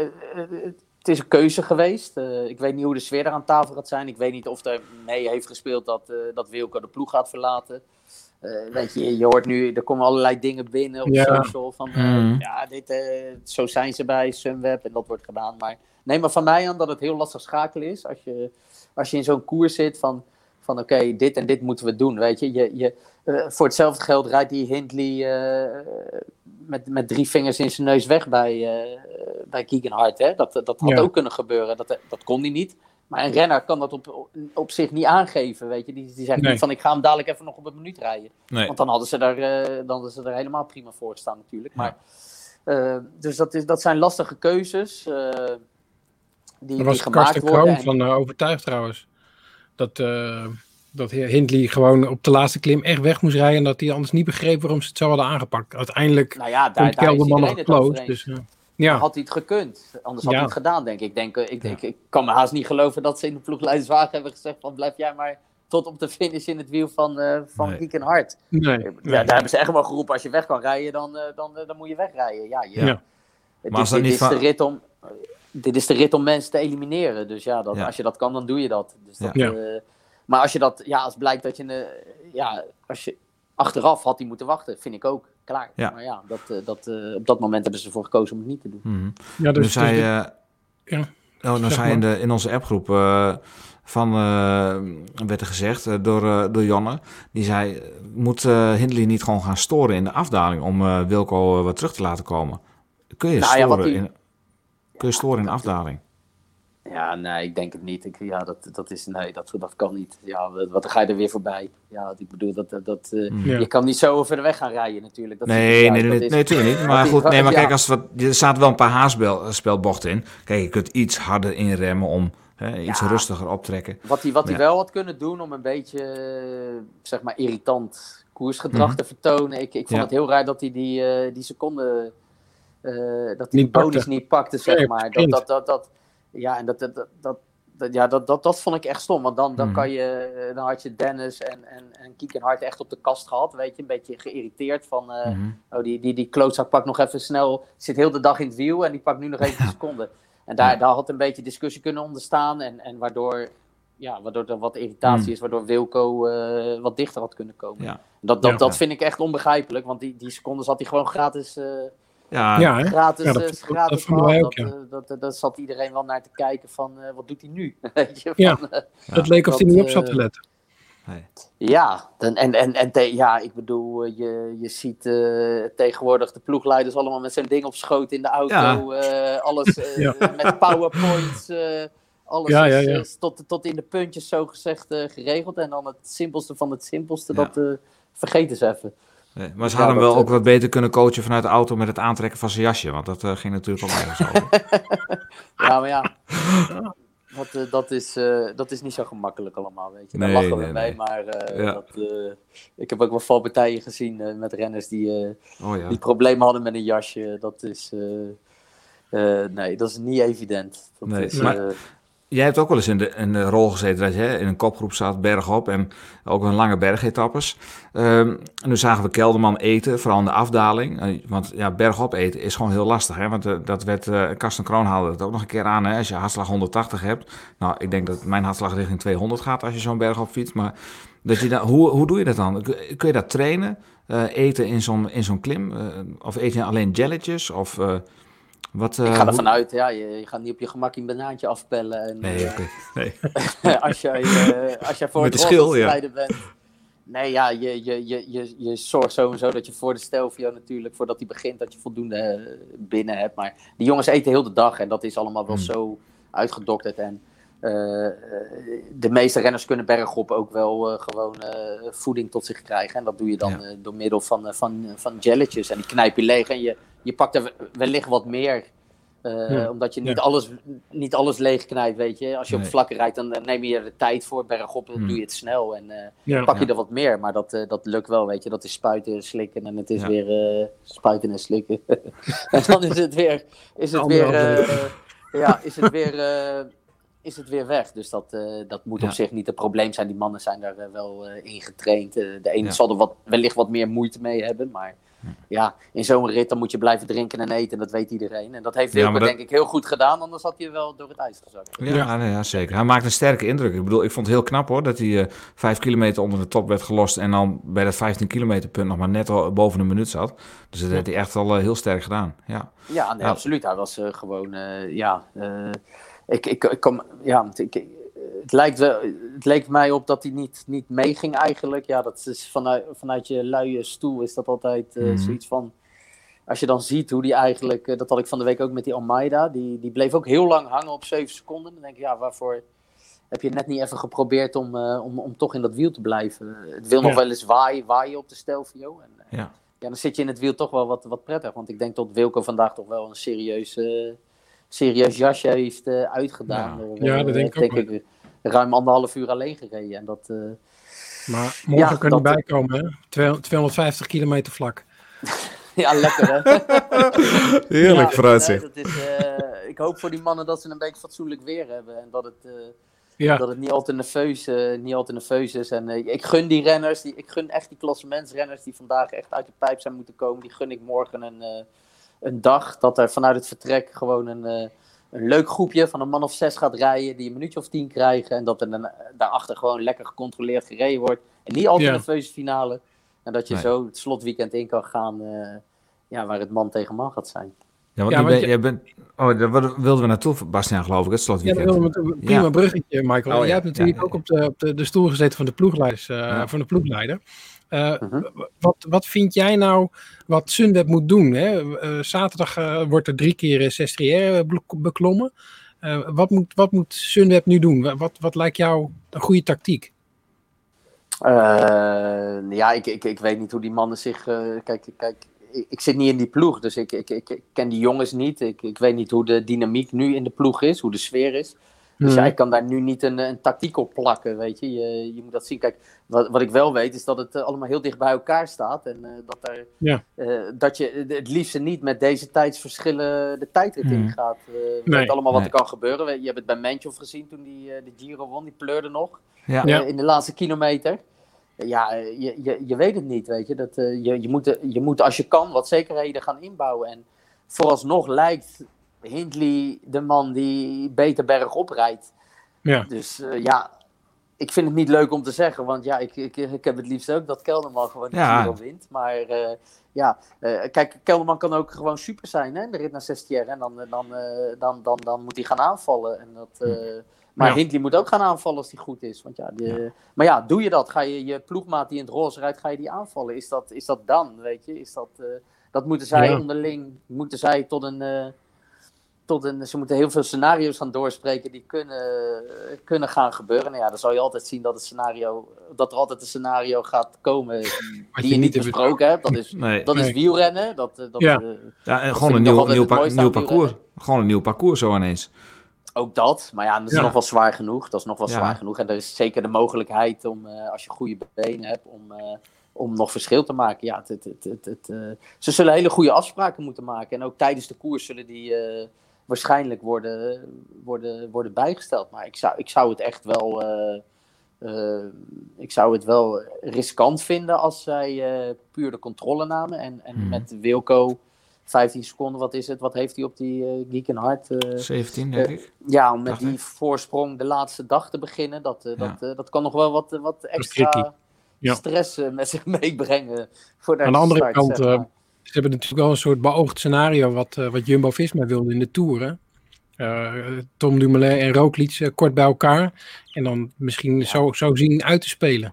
het is een keuze geweest. Uh, ik weet niet hoe de sfeer er aan tafel gaat zijn. Ik weet niet of er mee heeft gespeeld dat, uh, dat Wilco de ploeg gaat verlaten. Uh, weet je, je hoort nu, er komen allerlei dingen binnen op ja. social. Van, uh, mm. ja, dit, uh, zo zijn ze bij Sunweb en dat wordt gedaan. Maar neem maar van mij aan dat het heel lastig schakelen is. Als je, als je in zo'n koers zit van, van oké, okay, dit en dit moeten we doen. Weet je, je, je uh, voor hetzelfde geld rijdt die Hindley uh, met, met drie vingers in zijn neus weg bij, uh, bij Gegenhardt. Hè? Dat, dat had ja. ook kunnen gebeuren. Dat, dat kon hij niet. Maar een renner kan dat op, op zich niet aangeven, weet je. Die, die zegt nee. niet van, ik ga hem dadelijk even nog op een minuut rijden. Nee. Want dan hadden, ze er, uh, dan hadden ze er helemaal prima voor gestaan natuurlijk. Ja. Maar, uh, dus dat, is, dat zijn lastige keuzes uh, die, er was die gemaakt Karsten worden. Kroon en... van uh, overtuigd trouwens. Dat, uh, dat Hindley gewoon op de laatste klim echt weg moest rijden. En dat hij anders niet begreep waarom ze het zo hadden aangepakt. Uiteindelijk nou ja, daar, komt Kelderman nog close. Dus, uh, ja. had hij het gekund. Anders had ja. hij het gedaan, denk ik. Ik, denk, ik, denk, ja. ik kan me haast niet geloven dat ze in de ploegleiderswagen hebben gezegd van blijf jij maar tot op de finish in het wiel van, uh, van nee. Gegenhardt. Nee. Ja, nee. Daar hebben ze echt wel geroepen, als je weg kan rijden, dan, uh, dan, uh, dan moet je wegrijden. Ja, je, ja. Dit, maar dit, dit, is van... de rit om, uh, dit is de rit om mensen te elimineren. Dus ja, dat, ja. als je dat kan, dan doe je dat. Dus dat ja. uh, maar als je dat, ja, als blijkt dat je, uh, ja, als je achteraf had hij moeten wachten, vind ik ook. Klaar. Ja. Maar ja, dat, uh, dat, uh, op dat moment hebben ze ervoor gekozen om het niet te doen. Mm-hmm. Ja, dus, dus zij, dus uh, ja. oh, nou zei in, de, in onze appgroep uh, van, uh, werd er gezegd uh, door, uh, door Jonne, die zei, moet uh, Hindley niet gewoon gaan storen in de afdaling om uh, Wilco uh, wat terug te laten komen? Kun je, nou, storen, ja, die... in, kun je storen in de afdaling? Ja, nee, ik denk het niet. Ik, ja, dat, dat is, nee, dat, dat kan niet. Ja, wat, wat dan ga je er weer voorbij. Ja, ik bedoel, dat, dat, uh, Ja. je kan niet zo over de weg gaan rijden natuurlijk. Dat Nee, is, nee, nee, dat nee, is, nee, natuurlijk niet. Maar is- goed, nee, maar ja. kijk, als wat, er zaten wel een paar haarspelbochten in. Kijk, je kunt iets harder inremmen om hè, iets Ja. rustiger optrekken. Wat hij, wat hij Ja. wel had kunnen doen om een beetje, uh, zeg maar, irritant koersgedrag Mhm. te vertonen. Ik, ik vond Ja. het heel raar dat hij die, uh, die seconde, uh, dat hij Niet die bonus pakte. niet pakte, zeg Ja, maar. Dat, sprint. dat, dat, dat, ja, en dat, dat, dat, dat, dat- ja, dat, dat, dat vond ik echt stom. Want dan, dan, Mhm. kan je, uh, dan had je Dennis en, en, en Kiekenhard echt op de kast gehad, weet je. Een beetje geïrriteerd van, uh, Mhm. oh, die, die, die klootzak pakt nog even snel, zit heel de dag in het wiel en die pakt nu nog even een seconde. En daar, Ja. daar had een beetje discussie kunnen onderstaan en, en waardoor, ja, waardoor er wat irritatie Hmm. is, waardoor Wilco uh, wat dichter had kunnen komen. Ja. Dat, dat, Ja. dat vind ik echt onbegrijpelijk, want die, die secondes had hij gewoon gratis, uh, Ja, Ja, hè? gratis, Ja, dat- uh, dat- gratis dat vonden wij gehad. ook, dat, ja. uh, dat, dat, dat zat iedereen wel naar te kijken van, uh, wat doet hij nu? Weet je, Ja. van, uh, Het leek of dat, hij niet op uh, zat te letten. nee. ja, dan, en, en, en te- ja, ik bedoel, uh, je, je ziet uh, tegenwoordig de ploegleiders allemaal met zijn ding op schoot in de auto. uh, alles uh, Ja. met powerpoints. uh, alles Ja, ja, is, ja. is tot, tot in de puntjes zo gezegd uh, geregeld. En dan het simpelste van het simpelste, Ja. dat uh, vergeten ze even. Nee, maar ze Ja, hadden hem dat, wel ook uh, wat beter kunnen coachen vanuit de auto met het aantrekken van zijn jasje. Want dat uh, ging natuurlijk ook nergens over. Ja, maar ja, dat, uh, dat, is, uh, dat is niet zo gemakkelijk allemaal, weet je. Daar Nee, lachen we nee, mee, nee. maar uh, Ja. dat, uh, ik heb ook wel valpartijen gezien uh, met renners die... Uh, Oh ja. die problemen hadden met een jasje, dat is, uh, uh, nee, dat is niet evident. Dat Nee, is, maar- uh, Jij hebt ook wel eens in de, in de rol gezeten dat je hè, in een kopgroep zat, bergop en ook een lange bergetappes. Um, en nu zagen we Kelderman eten, vooral in de afdaling. Uh, want ja, bergop eten is gewoon heel lastig. Hè? Want uh, dat werd, uh, Karsten Kroon haalde het ook nog een keer aan. Hè? Als je hartslag honderdtachtig hebt. Nou, ik denk dat mijn hartslag richting tweehonderd gaat als je zo'n bergop fietst. Maar dat je dan, hoe, hoe doe je dat dan? Kun, kun je dat trainen? Uh, eten in zo'n, in zo'n klim? Uh, of eet je alleen jelletjes? Of... Uh, Wat, uh, ik ga hoe... ervan uit, ja, je, je gaat niet op je gemak een banaantje afpellen. En, Nee, uh, oké. Nee. als, jij, uh, als jij voor Met het de schil, ja. strijden bent. Nee, ja, je, je, je, je, je zorgt sowieso dat je voor de Stelvio natuurlijk, voordat hij begint, dat je voldoende uh, binnen hebt. Maar die jongens eten heel de dag en dat is allemaal wel Hmm. zo uitgedokterd. En uh, de meeste renners kunnen bergop ook wel uh, gewoon uh, voeding tot zich krijgen. En dat doe je dan Ja. uh, door middel van, uh, van, uh, van jelletjes. En die knijp je leeg en je, je pakt er wellicht wat meer. Uh, Ja. Omdat je niet, Ja. alles, niet alles leeg knijpt, weet je. Als je Nee. op vlakken rijdt, dan uh, neem je er de tijd voor. Bergop, dan Hmm. doe je het snel. En uh, Ja. pak je Ja. er wat meer. Maar dat, uh, dat lukt wel, weet je. Dat is spuiten en slikken. En het is Ja. weer uh, spuiten en slikken. En dan is het weer... Is het weer, Anderhalve uh, ja, is het weer... Uh, is het weer weg. Dus dat, uh, dat moet Ja. op zich niet een probleem zijn. Die mannen zijn daar uh, wel uh, in getraind. Uh, de ene Ja. zal er wat, wellicht wat meer moeite mee hebben. Maar Ja. ja, in zo'n rit dan moet je blijven drinken en eten. Dat weet iedereen. En dat heeft Ja, Wilco maar dat- denk ik heel goed gedaan. Anders had hij wel door het ijs gezakt. Ja, Ja. nee, ja, zeker. Hij maakt een sterke indruk. Ik bedoel, ik vond het heel knap hoor, dat hij uh, vijf kilometer onder de top werd gelost en dan bij dat vijftien kilometer punt nog maar net al boven een minuut zat. Dus dat Ja. heeft hij echt al uh, heel sterk gedaan. Ja. Ja, nee, Ja. absoluut. Hij was uh, gewoon, uh, ja, uh, ik, ik, ik kom, ja, ik, ik, het, lijkt wel, het leek mij op dat hij niet, niet meeging eigenlijk. Ja, dat is vanuit, vanuit je luie stoel is dat altijd uh, Mhm. zoiets van, als je dan ziet hoe die eigenlijk, uh, dat had ik van de week ook met die Almeida, die, die bleef ook heel lang hangen op zeven seconden. Dan denk ik, ja, waarvoor heb je net niet even geprobeerd om, uh, om, om toch in dat wiel te blijven? Het wil nog Ja. wel eens waaien, waaien op de Stelvio. En, uh, Ja. ja, dan zit je in het wiel toch wel wat, wat prettig. Want ik denk dat Wilco vandaag toch wel een serieus, uh, serieus jasje heeft uh, uitgedaan. Ja. We Ja, hebben, dat denk ik denk ook ik ruim anderhalf uur alleen gereden. En dat, uh, Maar morgen Ja, kan dat- hij bijkomen, hè? tweehonderd tweehonderdvijftig kilometer vlak. ja, lekker hè. Heerlijk Ja, vooruitzicht. nee, dat is, uh, ik hoop voor die mannen dat ze een beetje fatsoenlijk weer hebben. En dat het, uh, Ja, dat het niet al te nerveus, uh, niet al te nerveus is. En uh, ik gun die renners, die, ik gun echt die klassementsrenners die vandaag echt uit de pijp zijn moeten komen. Die gun ik morgen een, uh, een dag dat er vanuit het vertrek gewoon een, uh, een leuk groepje van een man of zes gaat rijden. Die een minuutje of tien krijgen. En dat er dan, daarachter gewoon lekker gecontroleerd gereden wordt. En niet al te Ja. nerveuze finale. En dat je Nee. zo het slotweekend in kan gaan, uh, ja, waar het man tegen man gaat zijn. Ja, want Ja, nu want ben, je- jij bent... Oh, daar wilden we naartoe, Bastiaan, geloof ik, het ja dat slotweekend. wilde een prima Ja. bruggetje, Michael. Oh, Jij ja. hebt natuurlijk Ja, ja, ook op de, op de, de stoel gezeten van de ploegleiders, uh, Ja. van de ploegleider. Uh, Mhm. w- wat, wat vind jij nou wat Sunweb moet doen? Hè? Uh, zaterdag uh, wordt er drie keer zes drie R beklommen. Uh, Uh, wat, moet, wat moet Sunweb nu doen? Wat, wat lijkt jou een goede tactiek? Uh, ja, ik, ik, ik weet niet hoe die mannen zich... Uh, kijk, kijk ik, ik zit niet in die ploeg, dus ik, ik, ik, ik ken die jongens niet. Ik, ik weet niet hoe de dynamiek nu in de ploeg is, hoe de sfeer is. Dus hmm. ja, ik kan daar nu niet een, een tactiek op plakken, weet je. Je, je moet dat zien. Kijk, wat, wat ik wel weet is dat het uh, allemaal heel dicht bij elkaar staat. En uh, dat, er, ja. uh, dat je het liefst niet met deze tijdsverschillen de tijdrit hmm. ingaat. Uh, we nee. weten allemaal wat nee. er kan gebeuren. Je hebt het bij Mentjof gezien toen die uh, de Giro won. Die pleurde nog ja. uh, Ja. in de laatste kilometer. Ja, je, je, je weet het niet, weet je. Dat, uh, je, je, moet, je moet als je kan wat zekerheden gaan inbouwen. En vooralsnog lijkt Hindley de man die beter bergop rijdt. Ja. Dus uh, ja, ik vind het niet leuk om te zeggen. Want ja, ik, ik, ik heb het liefst ook dat Kelderman gewoon de ja. Giro wint. Maar uh, ja, uh, kijk, Kelderman kan ook gewoon super zijn, hè. De rit naar Sestière. En dan, dan, uh, dan, dan, dan moet hij gaan aanvallen. En dat... Uh, Maar ja. Hindley moet ook gaan aanvallen als die goed is. Want ja, die, ja. Maar ja, doe je dat? Ga je je ploegmaat die in het roze rijdt, ga je die aanvallen? Is dat, is dat dan, weet je? Is dat, uh, dat moeten zij ja. onderling, moeten zij tot een, uh, tot een... Ze moeten heel veel scenario's gaan doorspreken die kunnen, uh, kunnen gaan gebeuren. Nou ja, dan zal je altijd zien dat, het scenario, dat er altijd een scenario gaat komen die je niet besproken hebt. Dat is, nee. dat is nee. wielrennen. Dat, dat, ja. Uh, ja, en gewoon een nieuw, nieuw, pa- nieuw parcours. Gewoon een nieuw parcours zo ineens. Ook dat, maar ja, dat is ja. nog wel zwaar genoeg. Dat is nog wel ja. zwaar genoeg. En er is zeker de mogelijkheid om, uh, als je goede benen hebt, om, uh, om nog verschil te maken. Ja, het, het, het, het, uh, ze zullen hele goede afspraken moeten maken. En ook tijdens de koers zullen die uh, waarschijnlijk worden, worden, worden bijgesteld. Maar ik zou, ik zou het echt wel... Uh, uh, ik zou het wel riskant vinden als zij uh, puur de controle namen. En, en hmm. met Wilco... vijftien seconden, wat is het? Wat heeft hij op die uh, Geekenhard? Uh, zeventien, denk uh, ik. Ja, om met Dacht die ik. voorsprong de laatste dag te beginnen. Dat, uh, ja. dat, uh, dat kan nog wel wat, uh, wat extra ja. stress uh, met zich meebrengen. Voor de Aan de andere start, kant, zeg maar. uh, ze hebben natuurlijk wel een soort beoogd scenario wat, uh, wat Jumbo-Visma wilde in de Tour. Hè? Uh, Tom Dumoulin en Roglic uh, kort bij elkaar. En dan misschien ja. zo, zo zien uit te spelen.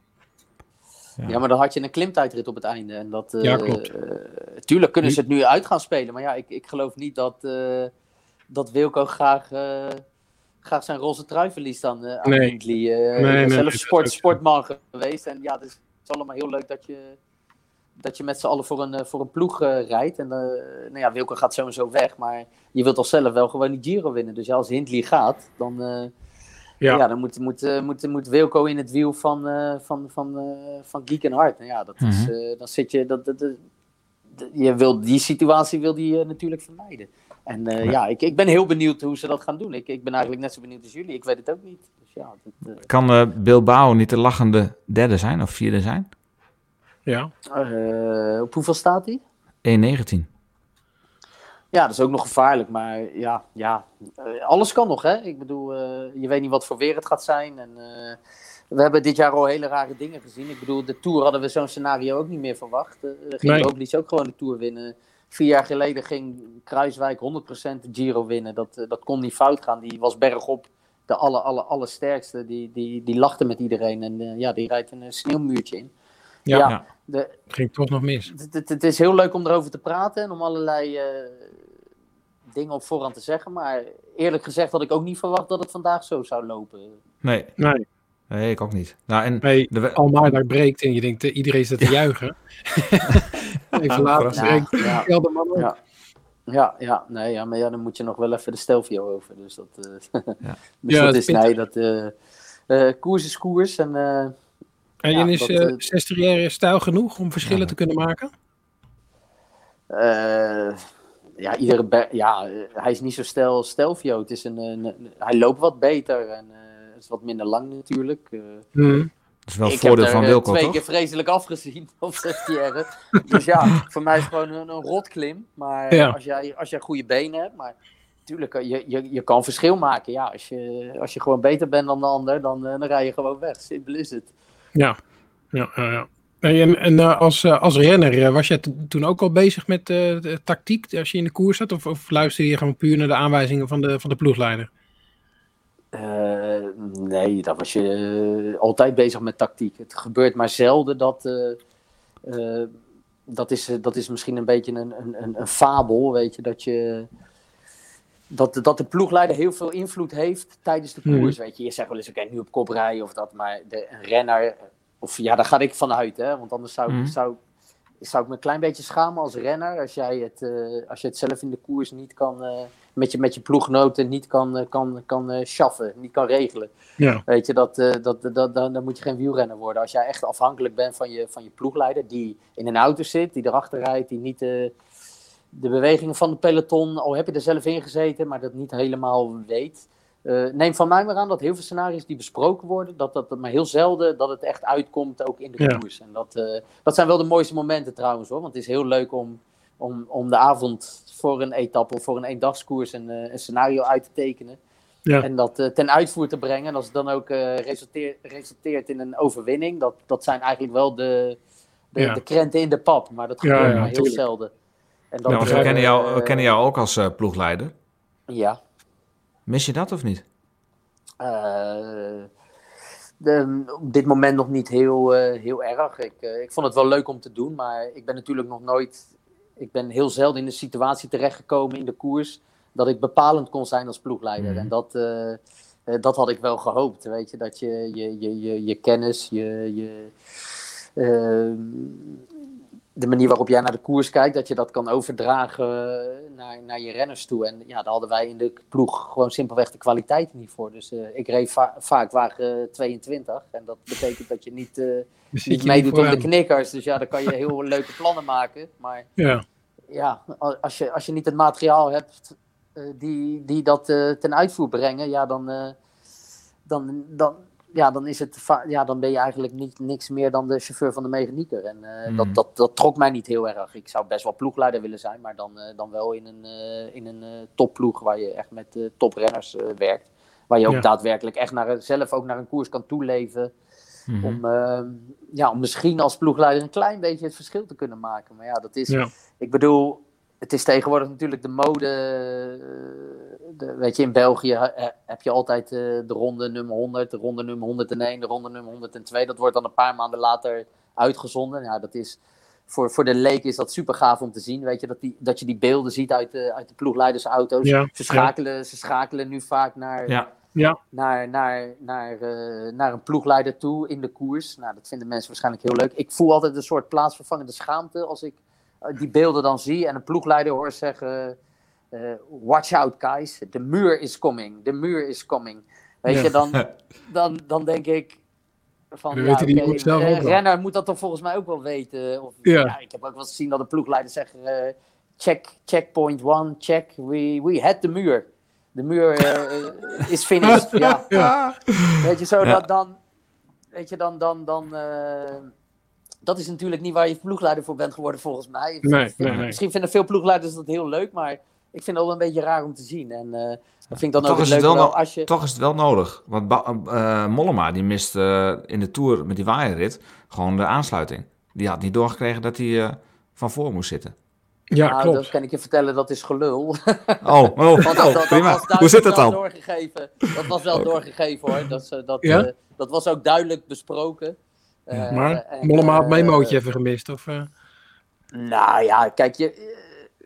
Ja. ja, maar dan had je een klimtijdrit op het einde. En dat, uh, ja, klopt. Uh, tuurlijk kunnen ze het nu uit gaan spelen. Maar ja, ik, ik geloof niet dat, uh, dat Wilco graag, uh, graag zijn roze trui verliest aan, uh, aan nee. Hindley. Uh, nee, ik ben nee, zelf nee, sport, sportman geweest. En ja, het is allemaal heel leuk dat je, dat je met z'n allen voor een, uh, voor een ploeg uh, rijdt. En uh, nou ja, Wilco gaat sowieso weg. Maar je wilt toch zelf wel gewoon die Giro winnen. Dus ja, als Hindley gaat, dan... Uh, Ja. ja, dan moet, moet, uh, moet, moet Wilco in het wiel van, uh, van, van, uh, van Geekenhard. En ja, dat is, mm-hmm. uh, dan zit je... Dat, dat, dat, dat, je wil, die situatie wil die uh, natuurlijk vermijden. En uh, ja, ja ik, ik ben heel benieuwd hoe ze dat gaan doen. Ik, ik ben eigenlijk net zo benieuwd als jullie. Ik weet het ook niet. Dus ja, dat, uh... Kan uh, Bilbao niet de lachende derde zijn of vierde zijn? Ja. Uh, op hoeveel staat hij? één negentien. Ja, dat is ook nog gevaarlijk, maar ja, ja uh, alles kan nog, hè. Ik bedoel, uh, je weet niet wat voor weer het gaat zijn. En, uh, we hebben dit jaar al hele rare dingen gezien. Ik bedoel, de Tour hadden we zo'n scenario ook niet meer verwacht. Uh, ging nee. Roglic ook gewoon de Tour winnen. Vier jaar geleden ging Kruiswijk honderd procent de Giro winnen. Dat, uh, dat kon niet fout gaan. Die was bergop de aller, aller, allersterkste. Die, die, die lachte met iedereen en uh, ja, die rijdt een uh, sneeuwmuurtje in. Ja, ja, ja. De, het ging toch nog mis. Het, het, het is heel leuk om erover te praten en om allerlei... Uh, dingen op voorhand te zeggen, maar eerlijk gezegd had ik ook niet verwacht dat het vandaag zo zou lopen. Nee, nee, nee ik ook niet. Nou, en nee, de... Almeida breekt en je denkt, uh, iedereen staat te juigen. Even later breekt ja, Kelderman ook. Ja. Ja, ja, nee, ja, maar ja, dan moet je nog wel even de Stelvio over. Dus dat, uh, ja. dus ja, dat is, nee, dat uh, uh, koers is koers. En, uh, en ja, is dat, uh, Sestière stijl genoeg om verschillen ja. te kunnen maken? Uh, Ja, iedere be- ja, hij is niet zo stel Stelvio. Het is een, een, een, hij loopt wat beter en uh, is wat minder lang natuurlijk. Uh, mm. Dat is wel het voordeel van Wilco, twee toch? keer vreselijk afgezien op Sestière. Dus ja, voor mij is het gewoon een, een rotklim. Maar ja. als, jij, als jij goede benen hebt, maar natuurlijk, je, je, je kan verschil maken. Ja, als je, als je gewoon beter bent dan de ander, dan, dan rij je gewoon weg. Simpel is het. Ja, ja, ja. ja. En, en uh, als, uh, als renner, uh, was je t- toen ook al bezig met uh, de tactiek als je in de koers zat? Of, of luister je gewoon puur naar de aanwijzingen van de, van de ploegleider? Uh, nee, daar was je uh, altijd bezig met tactiek. Het gebeurt maar zelden dat... Uh, uh, dat, is, uh, dat is misschien een beetje een, een, een, een fabel, weet je. Dat je, dat, dat de ploegleider heel veel invloed heeft tijdens de koers. Hmm. Weet je, je zegt wel eens, oké, okay, nu op kop rijden of dat, maar de, een renner, of ja, daar ga ik vanuit, hè, want anders zou, Hmm. zou, zou ik me een klein beetje schamen als renner, als jij het, uh, als je het zelf in de koers niet kan, uh, met, je, met je ploeggenoten niet kan, uh, kan, kan uh, schaffen, niet kan regelen. Ja. Weet je, dat, uh, dat, dat, dat, dan moet je geen wielrenner worden. Als jij echt afhankelijk bent van je, van je ploegleider, die in een auto zit, die erachter rijdt, die niet uh, de bewegingen van de peloton, al heb je er zelf in gezeten, maar dat niet helemaal weet. Uh, neem van mij maar aan dat heel veel scenario's die besproken worden, dat dat maar heel zelden dat het echt uitkomt ook in de ja. koers. En dat, uh, dat zijn wel de mooiste momenten trouwens hoor, want het is heel leuk om, om, om de avond voor een etappe of voor een eendagskoers een, uh, een scenario uit te tekenen. Ja. En dat uh, ten uitvoer te brengen. En als het dan ook uh, resulteert, resulteert in een overwinning, dat, dat zijn eigenlijk wel de, de, ja. de krenten in de pap. Maar dat gebeurt ja, ja, maar heel tuurlijk. zelden. En dat, ja, we, uh, kennen jou, we kennen jou ook als uh, ploegleider. Ja. Mis je dat of niet? Uh, de, op dit moment nog niet heel, uh, heel erg. Ik, uh, ik vond het wel leuk om te doen, maar ik ben natuurlijk nog nooit... Ik ben heel zelden in de situatie terechtgekomen in de koers dat ik bepalend kon zijn als ploegleider. Mm. En dat, uh, uh, dat had ik wel gehoopt, weet je. Dat je je, je, je, je kennis, je, je, uh, de manier waarop jij naar de koers kijkt, dat je dat kan overdragen naar, naar je renners toe. En ja, daar hadden wij in de ploeg gewoon simpelweg de kwaliteit niet voor. Dus uh, ik reed va- vaak wagen tweeëntwintig. En dat betekent dat je niet, uh, niet meedoet om de knikkers. Dus ja, dan kan je heel leuke plannen maken. Maar ja, ja als, je, als je niet het materiaal hebt uh, die, die dat uh, ten uitvoer brengen, ja, dan, uh, dan, dan, ja, dan, is het va- ja, dan ben je eigenlijk niet, niks meer dan de chauffeur van de mechanieker. En uh, mm. dat, dat, dat trok mij niet heel erg. Ik zou best wel ploegleider willen zijn, maar dan, uh, dan wel in een, uh, in een uh, topploeg waar je echt met uh, toprenners uh, werkt. Waar je ook ja. daadwerkelijk echt naar, zelf ook naar een koers kan toeleven. Mm-hmm. Om, uh, ja, om misschien als ploegleider een klein beetje het verschil te kunnen maken. Maar ja, dat is, ja. ik bedoel, het is tegenwoordig natuurlijk de mode. De, weet je, in België he, heb je altijd uh, de ronde nummer honderd, de ronde nummer honderdéén, de ronde nummer honderdtwee. Dat wordt dan een paar maanden later uitgezonden. Ja, dat is, voor, voor de leek is dat super gaaf om te zien. Weet je, dat, die, dat je die beelden ziet uit de, uit de ploegleidersauto's. Ja. Ze, schakelen, ja. ze schakelen nu vaak naar... Ja. Ja. Naar, naar, naar, uh, naar een ploegleider toe in de koers. Nou, dat vinden mensen waarschijnlijk heel leuk. Ik voel altijd een soort plaatsvervangende schaamte als ik uh, die beelden dan zie en een ploegleider hoor zeggen... Uh, watch out guys, de muur is coming, de muur is coming. Weet ja. je, dan, dan, dan denk ik van, ja, okay, uh, renner moet dat toch volgens mij ook wel weten. Of, ja. Ja, ik heb ook wel eens gezien dat de ploegleider zegt, uh, check, checkpoint one, check, we, we had de muur. De muur uh, is finished. Ja. Ja. Weet je, zo ja. dat dan, weet je, dan, dan, dan, uh, dat is natuurlijk niet waar je ploegleider voor bent geworden volgens mij. Nee, vind, nee, nee. Misschien vinden veel ploegleiders dat heel leuk, maar ik vind het wel een beetje raar om te zien. En uh, dat vind ik dan toch ook is leuk het wel, wel no- als je... Toch is het wel nodig. Want ba- uh, Mollema die mist uh, in de Tour met die waaierrit gewoon de aansluiting. Die had niet doorgekregen dat hij uh, van voor moest zitten. Ja, nou, klopt. Dat kan ik je vertellen, dat is gelul. Oh, oh, Want dat, dat, dat prima. Was Hoe zit dat dan? Doorgegeven. Dat was wel doorgegeven hoor. Dat, dat, ja? uh, dat was ook duidelijk besproken. Uh, maar en, Mollema had uh, memootje even gemist, of? Uh... Nou ja, kijk, je,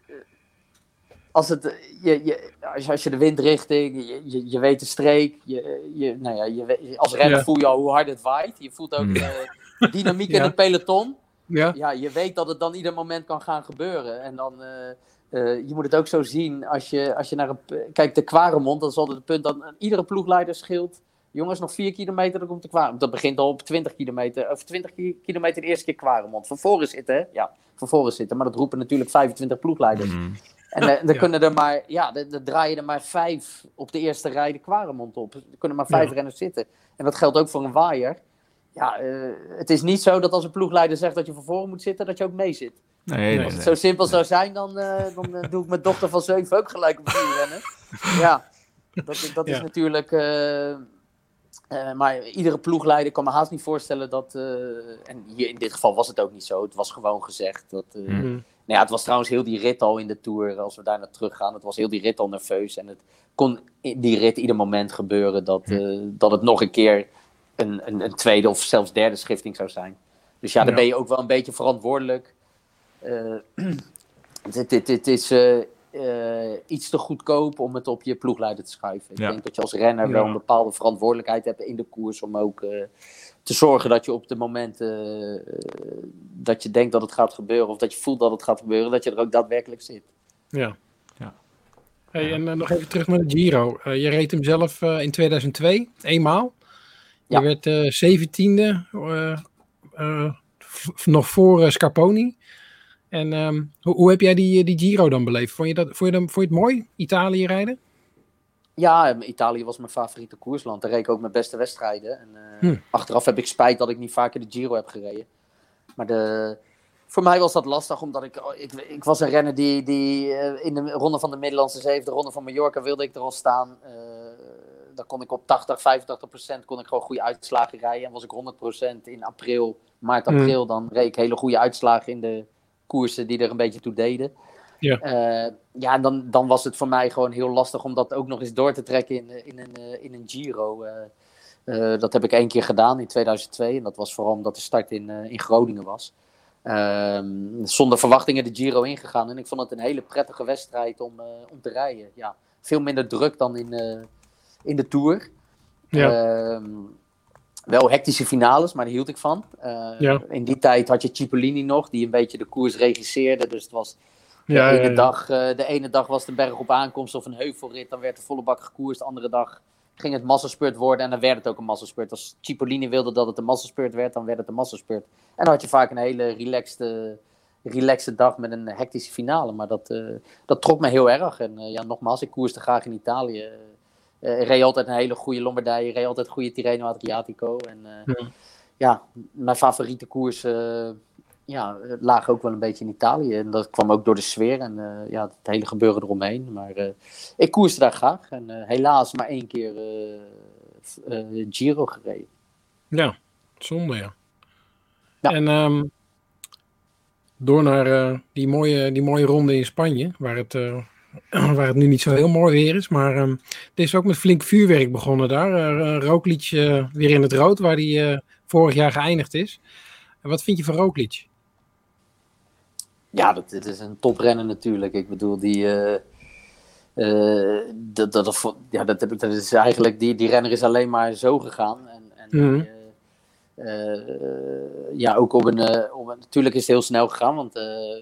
als, het, je, je, als, als je de windrichting, je, je, je weet de streek, je, je, nou ja, je, als renner ja. voel je al hoe hard het waait. Je voelt ook uh, dynamiek ja. in het peloton. Ja. Ja, je weet dat het dan ieder moment kan gaan gebeuren. En dan, uh, uh, je moet het ook zo zien, als je, als je naar een... Kijk, de Quaremont, dat is altijd het punt dat iedere ploegleider scheelt. Jongens, nog vier kilometer, dan komt de Quaremont. Dat begint al op twintig kilometer, of twintig kilometer de eerste keer Quaremont. Van voren zitten, hè? Ja, van voren zitten. Maar dat roepen natuurlijk vijfentwintig ploegleiders. Mm. En uh, dan ja. kunnen er maar, ja, dan, dan draaien er maar vijf op de eerste rij de Quaremont op. Er kunnen maar vijf ja. renners zitten. En dat geldt ook voor een waaier. Ja, uh, het is niet zo dat als een ploegleider zegt dat je van voren moet zitten, dat je ook mee zit. Nee, nee, als het nee. zo simpel zou zijn, dan, uh, dan uh, doe ik mijn dochter van zeven ook gelijk op vier rennen. Ja, dat, dat is ja. natuurlijk... Uh, uh, maar iedere ploegleider kan me haast niet voorstellen dat... Uh, en hier in dit geval was het ook niet zo. Het was gewoon gezegd dat... Uh, mm-hmm. Nou ja, het was trouwens heel die rit al in de Tour, als we daar naar terug gaan. Het was heel die rit al nerveus. En het kon in die rit ieder moment gebeuren dat, uh, dat het nog een keer... Een, een, een tweede of zelfs derde schifting zou zijn. Dus ja, dan ja. ben je ook wel een beetje verantwoordelijk. Uh, het, het, het is, uh, uh, iets te goedkoop om het op je ploegleider te schuiven. Ik Ja. denk dat je als renner Ja. wel een bepaalde verantwoordelijkheid hebt in de koers om ook uh, te zorgen dat je op de momenten uh, dat je denkt dat het gaat gebeuren of dat je voelt dat het gaat gebeuren, dat je er ook daadwerkelijk zit. Ja. Ja. Hey, en uh, nog even terug naar de Giro. Uh, je reed hem zelf uh, in tweeduizend twee, eenmaal. Je Ja. werd uh, zeventiende, uh, uh, f- nog voor uh, Scarponi. En um, hoe, hoe heb jij die, die Giro dan beleefd? Vond je, dat, vond, je dan, vond je het mooi, Italië rijden? Ja, Italië was mijn favoriete koersland. Daar reed ik ook mijn beste wedstrijden. En, uh, Hm. Achteraf heb ik spijt dat ik niet vaker de Giro heb gereden. Maar de, voor mij was dat lastig, omdat ik... oh, ik, ik was een renner die, die uh, in de ronde van de Middellandse Zee, de ronde van Mallorca, wilde ik er al staan. Uh, dan kon ik op tachtig, vijfentachtig procent kon ik gewoon goede uitslagen rijden. En was ik honderd procent in april, maart, april, Hm. dan reed ik hele goede uitslagen in de koersen die er een beetje toe deden. Ja. Uh, ja, dan, dan was het voor mij gewoon heel lastig om dat ook nog eens door te trekken in, in, een, uh, in een Giro. Uh, uh, dat heb ik één keer gedaan in tweeduizend twee. En dat was vooral omdat de start in, uh, in Groningen was. Uh, zonder verwachtingen de Giro ingegaan. En ik vond het een hele prettige wedstrijd om, uh, om te rijden. Ja, veel minder druk dan in, uh, in de Tour. Ja. Uh, wel hectische finales, maar daar hield ik van. Uh, Ja. In die tijd had je Cipollini nog, die een beetje de koers regisseerde. Dus het was... De, Ja, ene ja, ja. Dag, uh, de ene dag was de berg op aankomst of een heuvelrit. Dan werd de volle bak gekoerst. De andere dag ging het massaspurt worden. En dan werd het ook een massaspurt. Als Cipollini wilde dat het een massaspurt werd, dan werd het een massaspurt. En dan had je vaak een hele relaxte, relaxte dag met een hectische finale. Maar dat, uh, dat trok me heel erg. En uh, ja, nogmaals, ik koerste graag in Italië. Uh, reed altijd een hele goede Lombardije. Reed altijd een goede Tirreno Adriatico. En uh, Ja. ja, mijn favoriete koers... Uh, Ja, het lag ook wel een beetje in Italië. En dat kwam ook door de sfeer en uh, ja, het hele gebeuren eromheen. Maar uh, ik koerste daar graag. En uh, helaas maar één keer uh, uh, Giro gereden. Ja, zonde ja. Ja. En um, door naar uh, die, mooie, die mooie ronde in Spanje, waar het, uh, waar het nu niet zo heel mooi weer is. Maar um, het is ook met flink vuurwerk begonnen daar. Uh, Roglic uh, weer in het rood, waar hij uh, vorig jaar geëindigd is. En wat vind je van Roglic? Ja, dat, dat is een toprenner natuurlijk. Ik bedoel, die... Uh, uh, dat, dat, dat, ja, dat, dat is eigenlijk... Die, die renner is alleen maar zo gegaan. En, en Mm-hmm. uh, uh, ja, ook op een, uh, op een... Natuurlijk is het heel snel gegaan, want... Uh,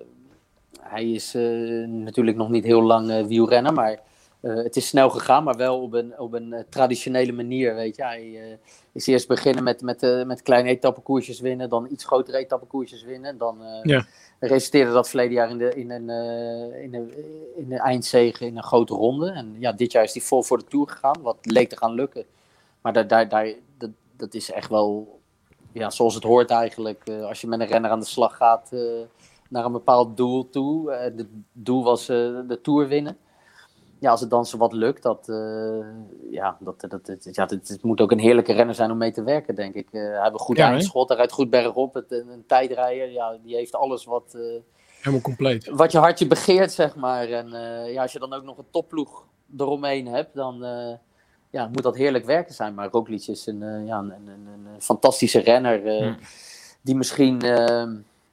hij is uh, natuurlijk nog niet heel lang uh, wielrenner, maar... Uh, het is snel gegaan, maar wel op een, op een uh, traditionele manier, weet je. Hij uh, is eerst beginnen met, met, uh, met kleine etappekoersjes winnen, dan iets grotere etappekoersjes winnen. Dan uh, Ja. resulteerde dat verleden jaar in, de, in, een, uh, in, een, in een eindzege in een grote ronde. En ja, dit jaar is hij vol voor de Tour gegaan, wat leek te gaan lukken. Maar daar, daar, daar, dat, dat is echt wel, ja, zoals het hoort eigenlijk. Uh, als je met een renner aan de slag gaat uh, naar een bepaald doel toe. Uh, het doel was uh, de Tour winnen. Ja, als het dan zo wat lukt, dat, uh, ja, dat, dat, dat, ja, het, het moet ook een heerlijke renner zijn om mee te werken, denk ik. Uh, hij heeft een goed Ja, eindschot, hij rijdt goed bergop. Het, een, een tijdrijder, ja, die heeft alles wat, uh, Helemaal compleet. wat je hartje begeert, zeg maar. En uh, ja, als je dan ook nog een topploeg eromheen hebt, dan uh, ja, moet dat heerlijk werken zijn. Maar Roglic is een, uh, ja, een, een, een, een fantastische renner, uh, Hmm. die misschien, uh,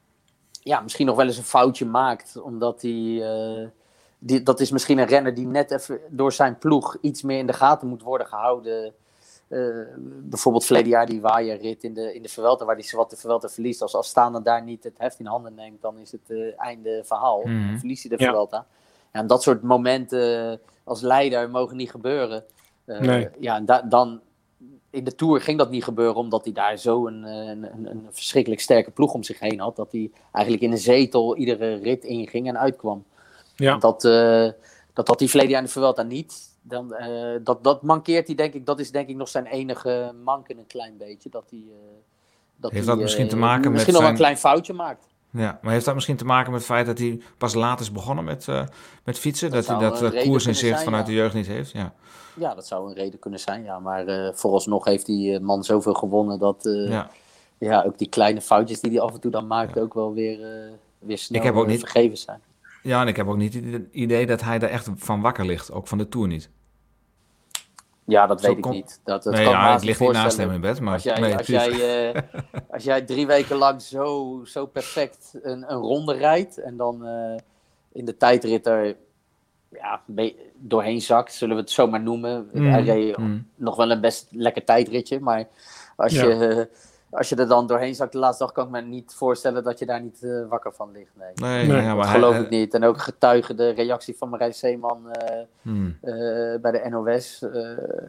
ja, misschien nog wel eens een foutje maakt, omdat hij... Uh, Die, dat is misschien een renner die net even door zijn ploeg iets meer in de gaten moet worden gehouden. Uh, bijvoorbeeld verleden jaar die waaierrit in de, in de Vuelta, waar hij zowat de Vuelta verliest. Als Astana daar niet het heft in handen neemt, dan is het uh, einde verhaal. Mhm. Dan verliest hij de Ja. Vuelta. Ja, en dat soort momenten uh, als leider mogen niet gebeuren. Uh, Nee. Ja, en da- dan in de Tour ging dat niet gebeuren, omdat hij daar zo een, een, een, een verschrikkelijk sterke ploeg om zich heen had. Dat hij eigenlijk in een zetel iedere rit inging en uitkwam. Ja. Dat, uh, dat had hij verleden jaar in de Vuelta niet. Dan, uh, dat, dat mankeert hij, denk ik. Dat is denk ik nog zijn enige manken een klein beetje. Dat hij, uh, dat Heeft hij, dat misschien uh, te maken met misschien nog zijn- een klein foutje maakt. Ja, maar heeft dat misschien te maken met het feit dat hij pas laat is begonnen met, uh, met fietsen? Dat, Dat hij zou dat een uh, reden koersinzicht kunnen zijn, vanuit ja. de jeugd niet heeft? Ja. Ja, dat zou een reden kunnen zijn. Ja. Maar uh, vooralsnog heeft die uh, man zoveel gewonnen. Dat uh, ja. Ja. ook die kleine foutjes die hij af en toe dan maakt ook wel weer, uh, weer snel Ik heb ook uh, niet- vergeven zijn. ja, en ik heb ook niet het idee dat hij daar echt van wakker ligt. Ook van de Tour niet. Ja, dat Zo weet ik kom- niet. Dat, dat nee, kan ik me ja, haast ik lig niet niet naast voorstellen. hem in bed. Maar Als jij, nee, als, precies. jij, uh, als jij drie weken lang zo, zo perfect een, een ronde rijdt en dan uh, in de tijdrit er ja, doorheen zakt, zullen we het zo maar noemen. Mm. Hij reed Mm. nog wel een best lekker tijdritje, maar als, Ja. je, als je er dan doorheen zakt de laatste dag, kan ik me niet voorstellen dat je daar niet uh, wakker van ligt. Nee, Nee, Nee, ja, dat maar geloof hij, ik niet. En ook getuige de reactie van Marijn Zeeman uh, Hmm. uh, bij de N O S. Uh,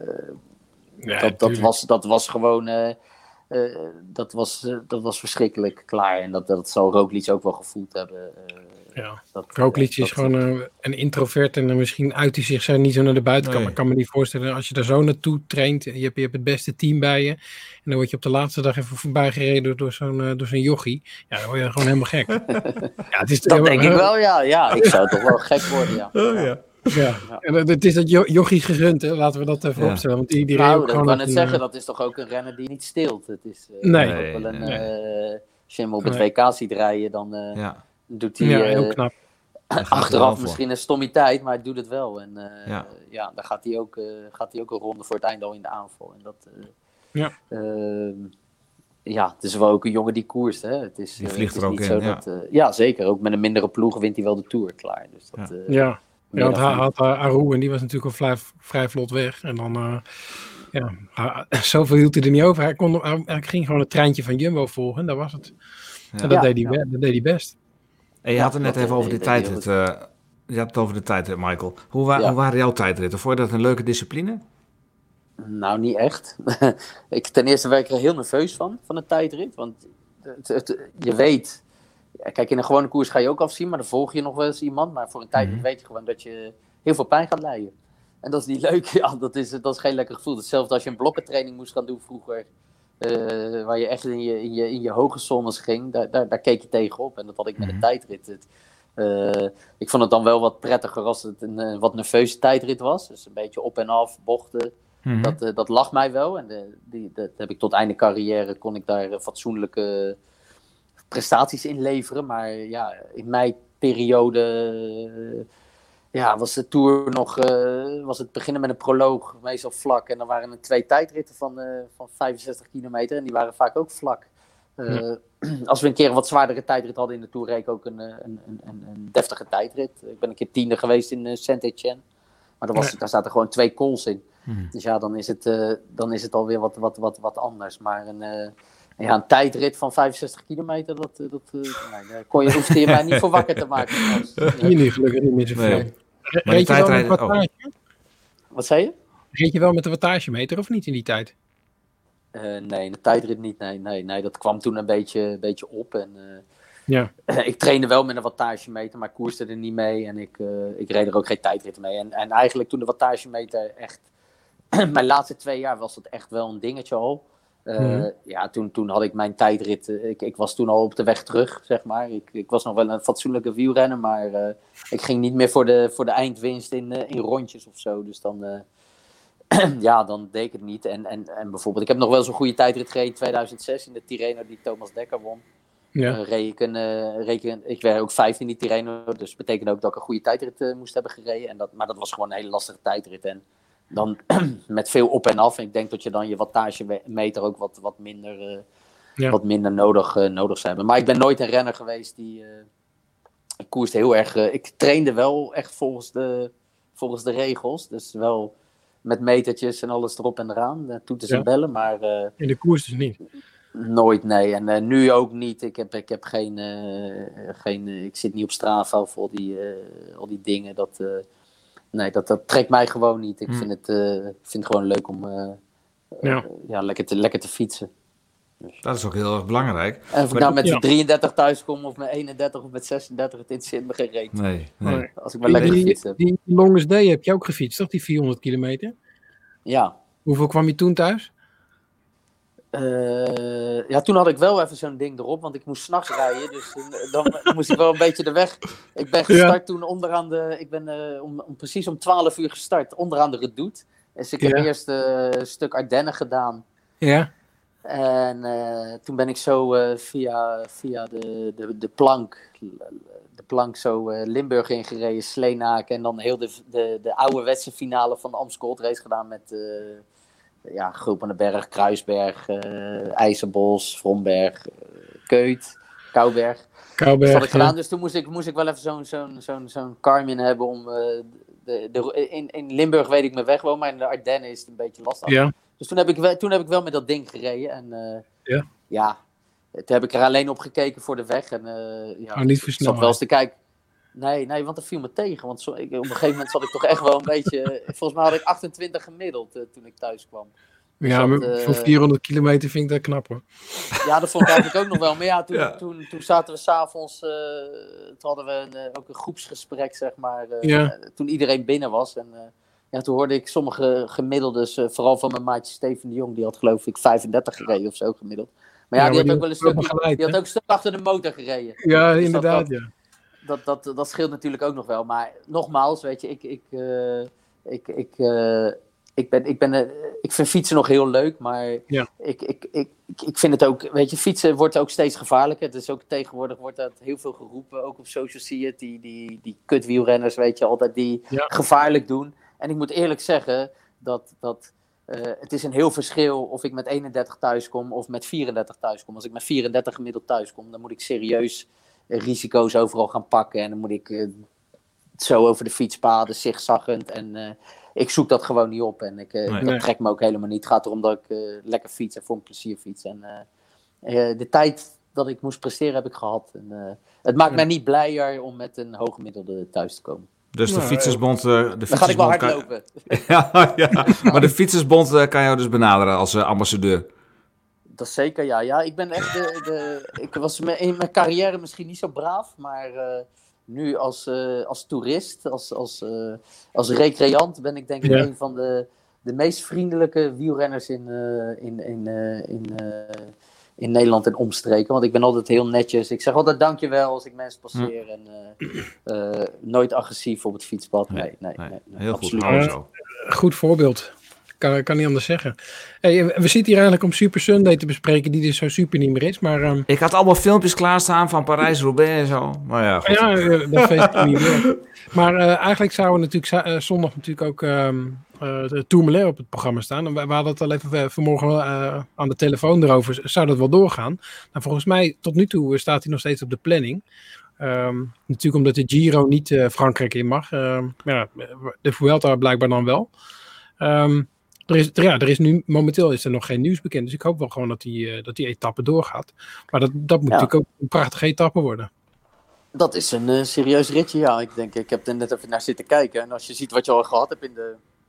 Ja, dat, dat, was, dat was gewoon... Uh, uh, dat, was, uh, dat was verschrikkelijk klaar. En dat, dat zal Roglic ook wel gevoeld hebben. Uh, Ja. dat, Roglic uh, is gewoon uh, een introvert en misschien uit hij zich zo niet zo naar de buitenkant. Nee. Maar ik kan me niet voorstellen, als je daar zo naartoe traint, je hebt, je hebt het beste team bij je, en dan word je op de laatste dag even voorbij gereden door, door zo'n uh, door zo'n jochie. Ja, dan word je gewoon helemaal gek. Ja, het is, dat ja, denk uh, ik wel, ja. ja. Ik zou toch wel gek worden, ja. Oh, ja. Ja, en het is dat jo- jochies gegund, hè? Laten we dat even Ja. opstellen. Want die, die Nou, reed ook dat gewoon kan net een, zeggen, uh, dat is toch ook een renner die niet stilt. Het is uh, Nee. ook wel een, Nee, nee. uh, als je hem op het Nee. W K ziet rijden, dan uh, Ja. doet hij ja, uh, heel knap. Daar gaat hij wel achteraf voor. misschien een stommiteit, maar hij doet het wel. En uh, Ja. ja, dan gaat hij, ook, uh, gaat hij ook een ronde voor het einde al in de aanval. En dat, uh, Ja. Uh, ja, het is wel ook een jongen die koerst. Hè. Het is, Die uh, vliegt het er is ook niet in, zo ja. dat, uh, ja, zeker. Ook met een mindere ploeg wint hij wel de Tour klaar. Dus dat, Ja. uh, Ja. Ja, want hij dan had uh, Aru en die was natuurlijk al vrij, vrij vlot weg. En dan, uh, ja, uh, zoveel hield hij er niet over. Hij, kon, hij, hij ging gewoon het treintje van Jumbo volgen en dat was het. Ja. En dat, Ja, deed hij, ja. be- dat deed hij best. En je Ja, had het net dat, even uh, over die deed hij heel tijdrit. Uh, je had het over de tijdrit, Michael. Hoe, wa- Ja. hoe waren jouw tijdritten? Vond je dat een leuke discipline? Nou, niet echt. ik, ten eerste werd ik er heel nerveus van, van een tijdrit. Want het, het, je weet... Ja, kijk, in een gewone koers ga je ook afzien, maar dan volg je nog wel eens iemand. Maar voor een tijdrit Mhm. weet je gewoon dat je heel veel pijn gaat lijden. En dat is niet leuk. Ja, dat is, dat is geen lekker gevoel. Hetzelfde als je een blokkentraining moest gaan doen vroeger. Uh, waar je echt in je, in je, in je hoge zones ging. Daar, daar, daar keek je tegenop. En dat had ik met Mhm. een tijdrit. Het, uh, ik vond het dan wel wat prettiger als het een uh, wat nerveuze tijdrit was. Dus een beetje op en af, bochten. Mhm. Dat, uh, dat lag mij wel. En de, die, dat heb ik tot einde carrière, kon ik daar uh, fatsoenlijke prestaties in leveren. Maar ja, in mijn periode uh, ja, was de Tour nog, uh, was het beginnen met een proloog, meestal vlak. En dan waren er twee tijdritten van, uh, van vijfenzestig kilometer en die waren vaak ook vlak. Uh, ja. Als we een keer een wat zwaardere tijdrit hadden in de Tour, reed ik ook een, een, een, een, een deftige tijdrit. Ik ben een keer tiende geweest in uh, Saint-Étienne. Maar daar, was, Nee. daar zaten gewoon twee calls in. Mhm. Dus ja, dan is het, uh, dan is het alweer wat, wat, wat, wat anders. Maar een, uh, ja, een tijdrit van vijfenzestig kilometer, dat, dat, uh, nee, daar kon je, hoefde je mij niet voor wakker te maken. Hier niet gelukkig niet meer zoveel. Nee. Re- Maar Reed die je wel met tijdrijden- oh. wattage? Wat zei je? Reed je wel met de wattagemeter of niet in die tijd? Uh, nee, de tijdrit niet. Nee, nee, nee, dat kwam toen een beetje, een beetje op. En, uh, Ja. ik trainde wel met een wattagemeter, maar ik koerste er niet mee. En ik, uh, ik reed er ook geen tijdrit mee. En, en eigenlijk toen de wattagemeter echt... mijn laatste twee jaar was dat echt wel een dingetje al. Uh, Mhm. Ja, toen, toen had ik mijn tijdrit... Uh, ik, ik was toen al op de weg terug, zeg maar. Ik, ik was nog wel een fatsoenlijke wielrenner, maar uh, ik ging niet meer voor de, voor de eindwinst in, uh, in rondjes of zo. Dus dan... Uh, ja, dan deed ik het niet. En, en, en bijvoorbeeld, ik heb nog wel zo'n goede tijdrit gereden in tweeduizend zes in de Tirreno die Thomas Dekker won. Ja. Uh, reed ik, een, uh, reed ik, een, ik werd ook vijfde in die Tirreno, dus dat betekende ook dat ik een goede tijdrit uh, moest hebben gereden. En dat, maar dat was gewoon een hele lastige tijdrit. En dan met veel op en af. En ik denk dat je dan je wattagemeter ook wat, wat minder, uh, Ja. wat minder nodig, uh, nodig zou hebben. Maar ik ben nooit een renner geweest die... Uh, ik koerste heel erg... Uh, ik trainde wel echt volgens de, volgens de regels. Dus wel... met metertjes en alles erop en eraan. Toeters Ja. en bellen, maar uh, In de koers dus niet. nooit, nee. En uh, nu ook niet. Ik heb, ik heb geen... Uh, geen uh, ik zit niet op Strava of al die, uh, al die dingen. Dat, uh, nee, dat, dat trekt mij gewoon niet. Ik Hmm. vind, het, uh, vind het gewoon leuk om uh, Ja. uh, ja, lekker, te, lekker te fietsen. Dat is ook heel erg belangrijk. En of ik Maar nou doe- met ja. drieëndertig thuis kom of met eenendertig of met zesendertig, het interesseert me geen reet. Nee, nee. Nee. Als ik maar lekker Die, gefietst heb. die Longest Day heb je ook gefietst, toch? Die vierhonderd kilometer. Ja. Hoeveel kwam je toen thuis? Uh, ja, toen had ik wel even zo'n ding erop, want ik moest 's nachts rijden, dus uh, dan moest ik wel een beetje de weg. Ik ben gestart Ja. toen onderaan de, ik ben uh, om, om, precies om twaalf uur gestart, onderaan de Redoute. Dus ik heb Ja. eerst uh, een stuk Ardennen gedaan. Ja. En uh, toen ben ik zo uh, via, via de, de, de plank, de plank zo uh, Limburg ingereden, Sleenaken en dan heel de, de, de ouderwetse finale van de Amstel Gold Race gedaan met... Uh, ja, Gulpenberg, Kruisberg, uh, IJzerbos, Vromberg, uh, Keut, Kouberg. Kouberg. Dat had ik ja. gedaan, dus toen moest ik, moest ik wel even zo'n zo'n zo'n zo'n Garmin hebben om uh, de, de, in, in Limburg weet ik mijn weg wel, maar in de Ardennen is het een beetje lastig. Ja. Dus toen heb, ik wel, toen heb ik wel met dat ding gereden. En uh, ja. ja, toen heb ik er alleen op gekeken voor de weg. En uh, ja, oh, niet versnellen. Zat wel eens te kijken. Nee, nee, want dat viel me tegen. Want zo, ik, op een gegeven moment zat ik toch echt wel een beetje... Volgens mij had ik achtentwintig gemiddeld uh, toen ik thuis kwam. Dus ja, dat, maar uh, voor vierhonderd kilometer vind ik dat knap hoor. Ja, dat vond ik eigenlijk ook nog wel. Maar ja, toen, ja. toen, toen zaten we s'avonds... Uh, toen hadden we een, uh, ook een groepsgesprek, zeg maar. Uh, ja. Toen iedereen binnen was. En uh, ja, toen hoorde ik sommige gemiddeldes... Uh, vooral van mijn maatje Steven de Jong. Die had geloof ik vijfendertig gereden of zo gemiddeld. Maar ja, ja die, maar had, die, ook wel een stuk, begeleid, die had ook een stuk achter de motor gereden. Ja, dus dat, inderdaad, dat, ja. Dat, dat, dat, dat scheelt natuurlijk ook nog wel. Maar nogmaals, weet je, ik... ik, uh, ik, ik uh, Ik, ben, ik, ben, uh, ik vind fietsen nog heel leuk, maar ja. ik, ik, ik, ik vind het ook, weet je, fietsen wordt ook steeds gevaarlijker. Het is ook tegenwoordig wordt dat heel veel geroepen, ook op social zie je het, die, die, die kutwielrenners, weet je, altijd die ja. gevaarlijk doen. En ik moet eerlijk zeggen, dat, dat uh, het is een heel verschil of ik met eenendertig thuis kom of met vierendertig thuis kom. Als ik met vierendertig gemiddeld thuis kom, dan moet ik serieus uh, risico's overal gaan pakken en dan moet ik uh, zo over de fietspaden, zigzaggend en... Uh, Ik zoek dat gewoon niet op en ik, uh, nee. dat trekt me ook helemaal niet. Het gaat erom dat ik uh, lekker fiets en voor een plezier fiets. En uh, uh, de tijd dat ik moest presteren heb ik gehad. En, uh, het maakt ja. mij niet blijer om met een hooggemiddelde thuis te komen. Dus de nou, Fietsersbond... Uh, de dan ga ik wel hardlopen. Kan... ja, ja. Maar de Fietsersbond uh, kan jou dus benaderen als uh, ambassadeur. Dat zeker, ja. ja ik ben echt de... de ik was in mijn carrière misschien niet zo braaf, maar... Uh, Nu als, uh, als toerist, als, als, uh, als recreant ben ik denk ik ja. een van de, de meest vriendelijke wielrenners in, uh, in, in, uh, in, uh, in Nederland en omstreken. Want ik ben altijd heel netjes. Ik zeg altijd dankjewel als ik mensen passeer. Hm. En uh, uh, nooit agressief op het fietspad. Nee, nee, nee, nee, nee heel absoluut. goed. Uh, zo. Goed voorbeeld. Kan, kan niet anders zeggen. Hey, we zitten hier eigenlijk om Super Sunday te bespreken, die dus zo super niet meer is. Maar, um... ik had allemaal filmpjes klaarstaan van Parijs-Roubaix en zo. Maar ja, goed. Ja, dat feest ik niet meer. Maar uh, eigenlijk zouden we natuurlijk uh, zondag natuurlijk ook um, uh, de Tourmalet op het programma staan. En we, we hadden het al even vanmorgen uh, aan de telefoon erover. Zou dat wel doorgaan? Nou, volgens mij tot nu toe staat hij nog steeds op de planning. Um, natuurlijk omdat de Giro niet uh, Frankrijk in mag. Uh, ja, de Vuelta blijkbaar dan wel. Um, Er is, er, ja, er is nu, momenteel is er nog geen nieuws bekend. Dus ik hoop wel gewoon dat die, uh, dat die etappe doorgaat. Maar dat, dat moet ja. natuurlijk ook een prachtige etappe worden. Dat is een uh, serieus ritje, ja. Ik denk, ik heb er net even naar zitten kijken. En als je ziet wat je al gehad hebt in de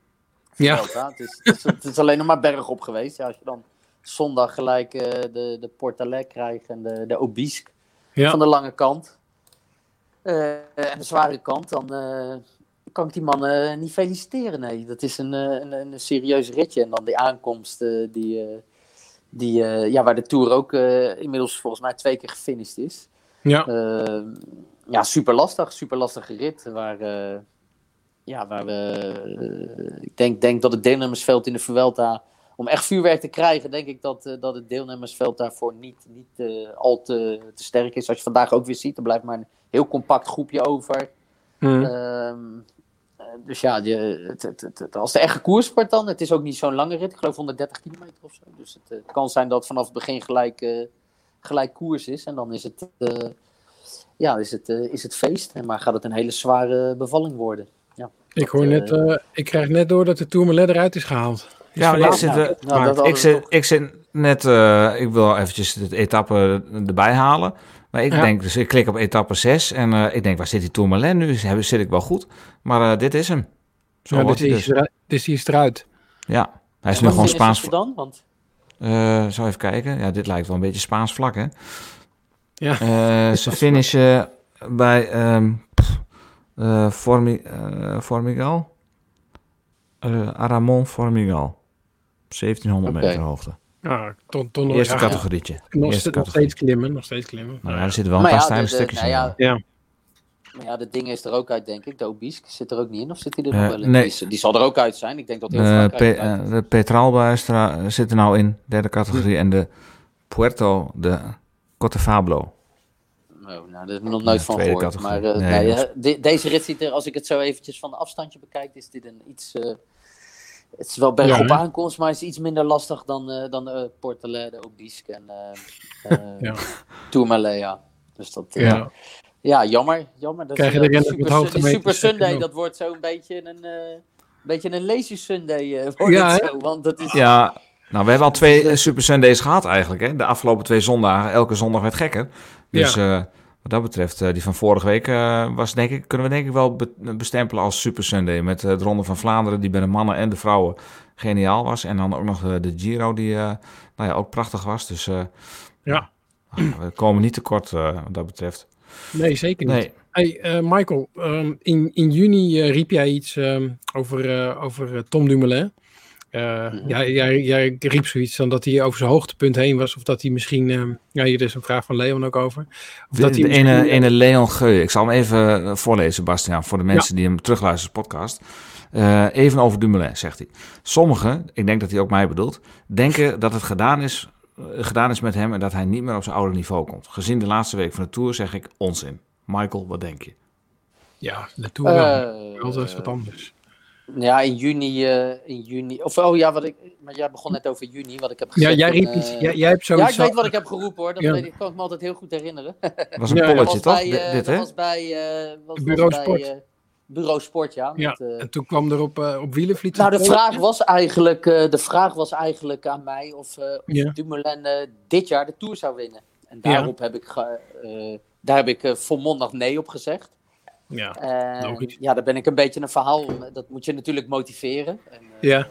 Vuelta. Ja. Het, is, het, is, het is alleen nog maar bergop geweest. Ja, als je dan zondag gelijk uh, de, de Portalet krijgt en de, de Obisque ja. van de lange kant. Uh, en de zware kant, dan... Uh, kan ik die man uh, niet feliciteren, nee. Dat is een, een, een serieus ritje. En dan die aankomst, uh, die, uh, die, uh, ja, waar de Tour ook uh, inmiddels volgens mij twee keer gefinished is. Ja, uh, ja super lastig, super lastige rit. Waar, uh, ja, waar we, uh, ik denk, denk dat het deelnemersveld in de Vuelta, om echt vuurwerk te krijgen, denk ik dat, uh, dat het deelnemersveld daarvoor niet, niet uh, al te, te sterk is. Als je vandaag ook weer ziet, er blijft maar een heel compact groepje over. Mm. Uh, Dus ja, je, het, het, het, het, als de echte koers wordt dan, het is ook niet zo'n lange rit, ik geloof honderddertig kilometer of zo. Dus het uh, kan zijn dat het vanaf het begin gelijk, uh, gelijk koers is en dan is het, uh, ja, is, het, uh, is het feest. Maar gaat het een hele zware bevalling worden. Ja, ik dat, hoor net, uh, ik krijg net door dat de Tourmalet eruit is gehaald. Is ja, ik zit, uh, nou, nou, ik, zit, ik zit net, uh, ik wil eventjes de etappe erbij halen. Maar ik ja. denk, dus ik klik op etappe zes en uh, ik denk, waar zit die Tourmalet nu? Zit ik wel goed? Maar uh, dit is hem. Zo ja, dit, is dus. eruit, dit is eruit. Ja, hij is ja, nu gewoon Spaans... Is dan? Want... Uh, zo even kijken. Ja, dit lijkt wel een beetje Spaans vlak, hè? Ja. Uh, ze finishen bij um, uh, Formi, uh, Formigal. Uh, Aramon Formigal. zeventienhonderd okay. meter hoogte. Ja, ton, ton, Eerste ja, categorietje. Ja. Nog, Eerste nog steeds klimmen, nog steeds klimmen. Nou, ja, er zitten wel een maar paar ja, steile stukjes nou ja, in. Ja. Maar ja, de ding is er ook uit, denk ik. De Obisque zit er ook niet in, of zit hij er uh, nog wel in? Nee. Die, die zal er ook uit zijn. Ik denk dat heel uh, Frankrijk pe- uh, De Petralba zit er nou in, derde categorie. Hm. En de Puerto de Cotefablo. Oh, nou, daar heb ik nog nooit ja, van gehoord. Categorie. Maar uh, nee, nee, de, deze rit ziet er, als ik het zo eventjes van de afstandje bekijk, is dit een iets... Uh, het is wel bergop ja, aankomst, maar het is iets minder lastig dan, uh, dan de Portalet, de Obisque en uh, uh, ja. Tourmalet, ja. Dus dat... Uh, ja. Ja, jammer. jammer. Dat Krijg je is, de uh, renners met Super, hoogte die Super meters, Sunday, uh, dat wordt zo'n beetje een, uh, beetje een lazy Sunday. Uh, wordt Ja, het hè? zo, want dat is... Ja, nou, we hebben al twee Dus, uh, Super Sundays gehad eigenlijk. Hè? De afgelopen twee zondagen. Elke zondag werd gekker. Dus Ja. uh, wat dat betreft, uh, die van vorige week uh, was denk ik, kunnen we denk ik wel be- bestempelen als Super Sunday. Met uh, de Ronde van Vlaanderen, die bij de mannen en de vrouwen geniaal was. En dan ook nog uh, de Giro, die uh, nou ja, ook prachtig was. Dus uh, Ja. uh, we komen niet tekort uh, wat dat betreft. Nee, zeker niet. Nee. Hey, uh, Michael, um, in, in juni uh, riep jij iets um, over, uh, over uh, Tom Dumoulin. Uh, mm-hmm. jij, jij, jij riep zoiets dan dat hij over zijn hoogtepunt heen was. Of dat hij misschien... Um, ja, hier is een vraag van Leon ook over. Of de dat hij de misschien, ene, uh, ene Leon Geu. Ik zal hem even voorlezen, Bastiaan. Voor de mensen ja. die hem terugluisteren, podcast. Uh, even over Dumoulin, zegt hij. Sommigen, ik denk dat hij ook mij bedoelt, denken dat het gedaan is, uh, gedaan is met hem en dat hij niet meer op zijn oude niveau komt. Gezien de laatste week van de Tour zeg ik onzin. Michael, wat denk je? Ja, de Tour wel. Uh, dat is wat anders. Ja, in juni, uh, in juni, of oh ja, wat ik, maar jij begon net over juni, wat ik heb gezegd. Ja, jij riep in, iets, uh, jij, jij hebt zoiets. Ja, ik weet wat ik heb geroepen hoor, dat ja. weet ik, kan ik me altijd heel goed herinneren. Dat was een ja, polletje, dat was toch? Bij, uh, dit, dat hè? was bij, uh, was, Bureau was Sport. Bij, uh, Bureau Sport, ja. ja. Met, uh, en toen kwam er op, uh, op Wielenvliet. Nou, de vraag was eigenlijk, uh, de vraag was eigenlijk aan mij of, uh, of ja. Dumoulin uh, dit jaar de Tour zou winnen. En daarop ja. heb ik, ge, uh, daar heb ik uh, volmondig nee op gezegd. Ja, en, ja, daar ben ik een beetje een verhaal. Dat moet je natuurlijk motiveren. En, uh, ja.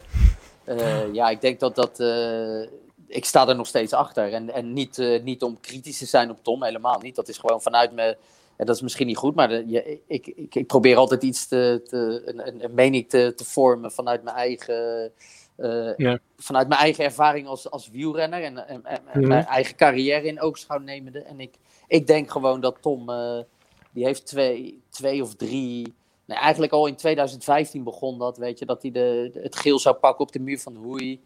Uh, ja, ik denk dat dat... Uh, ik sta er nog steeds achter. En, en niet, uh, niet om kritisch te zijn op Tom, helemaal niet. Dat is gewoon vanuit me... En dat is misschien niet goed, maar de, je, ik, ik, ik probeer altijd iets te... te een, een mening te, te vormen vanuit mijn eigen... Uh, ja. Vanuit mijn eigen ervaring als, als wielrenner. En, en, en mm-hmm. mijn eigen carrière in oogschouw nemende. En ik, ik denk gewoon dat Tom... Uh, die heeft twee, twee of drie... Nee, eigenlijk al in tweeduizend vijftien begon dat, weet je, dat hij de, de, het geel zou pakken op de muur van Hoei.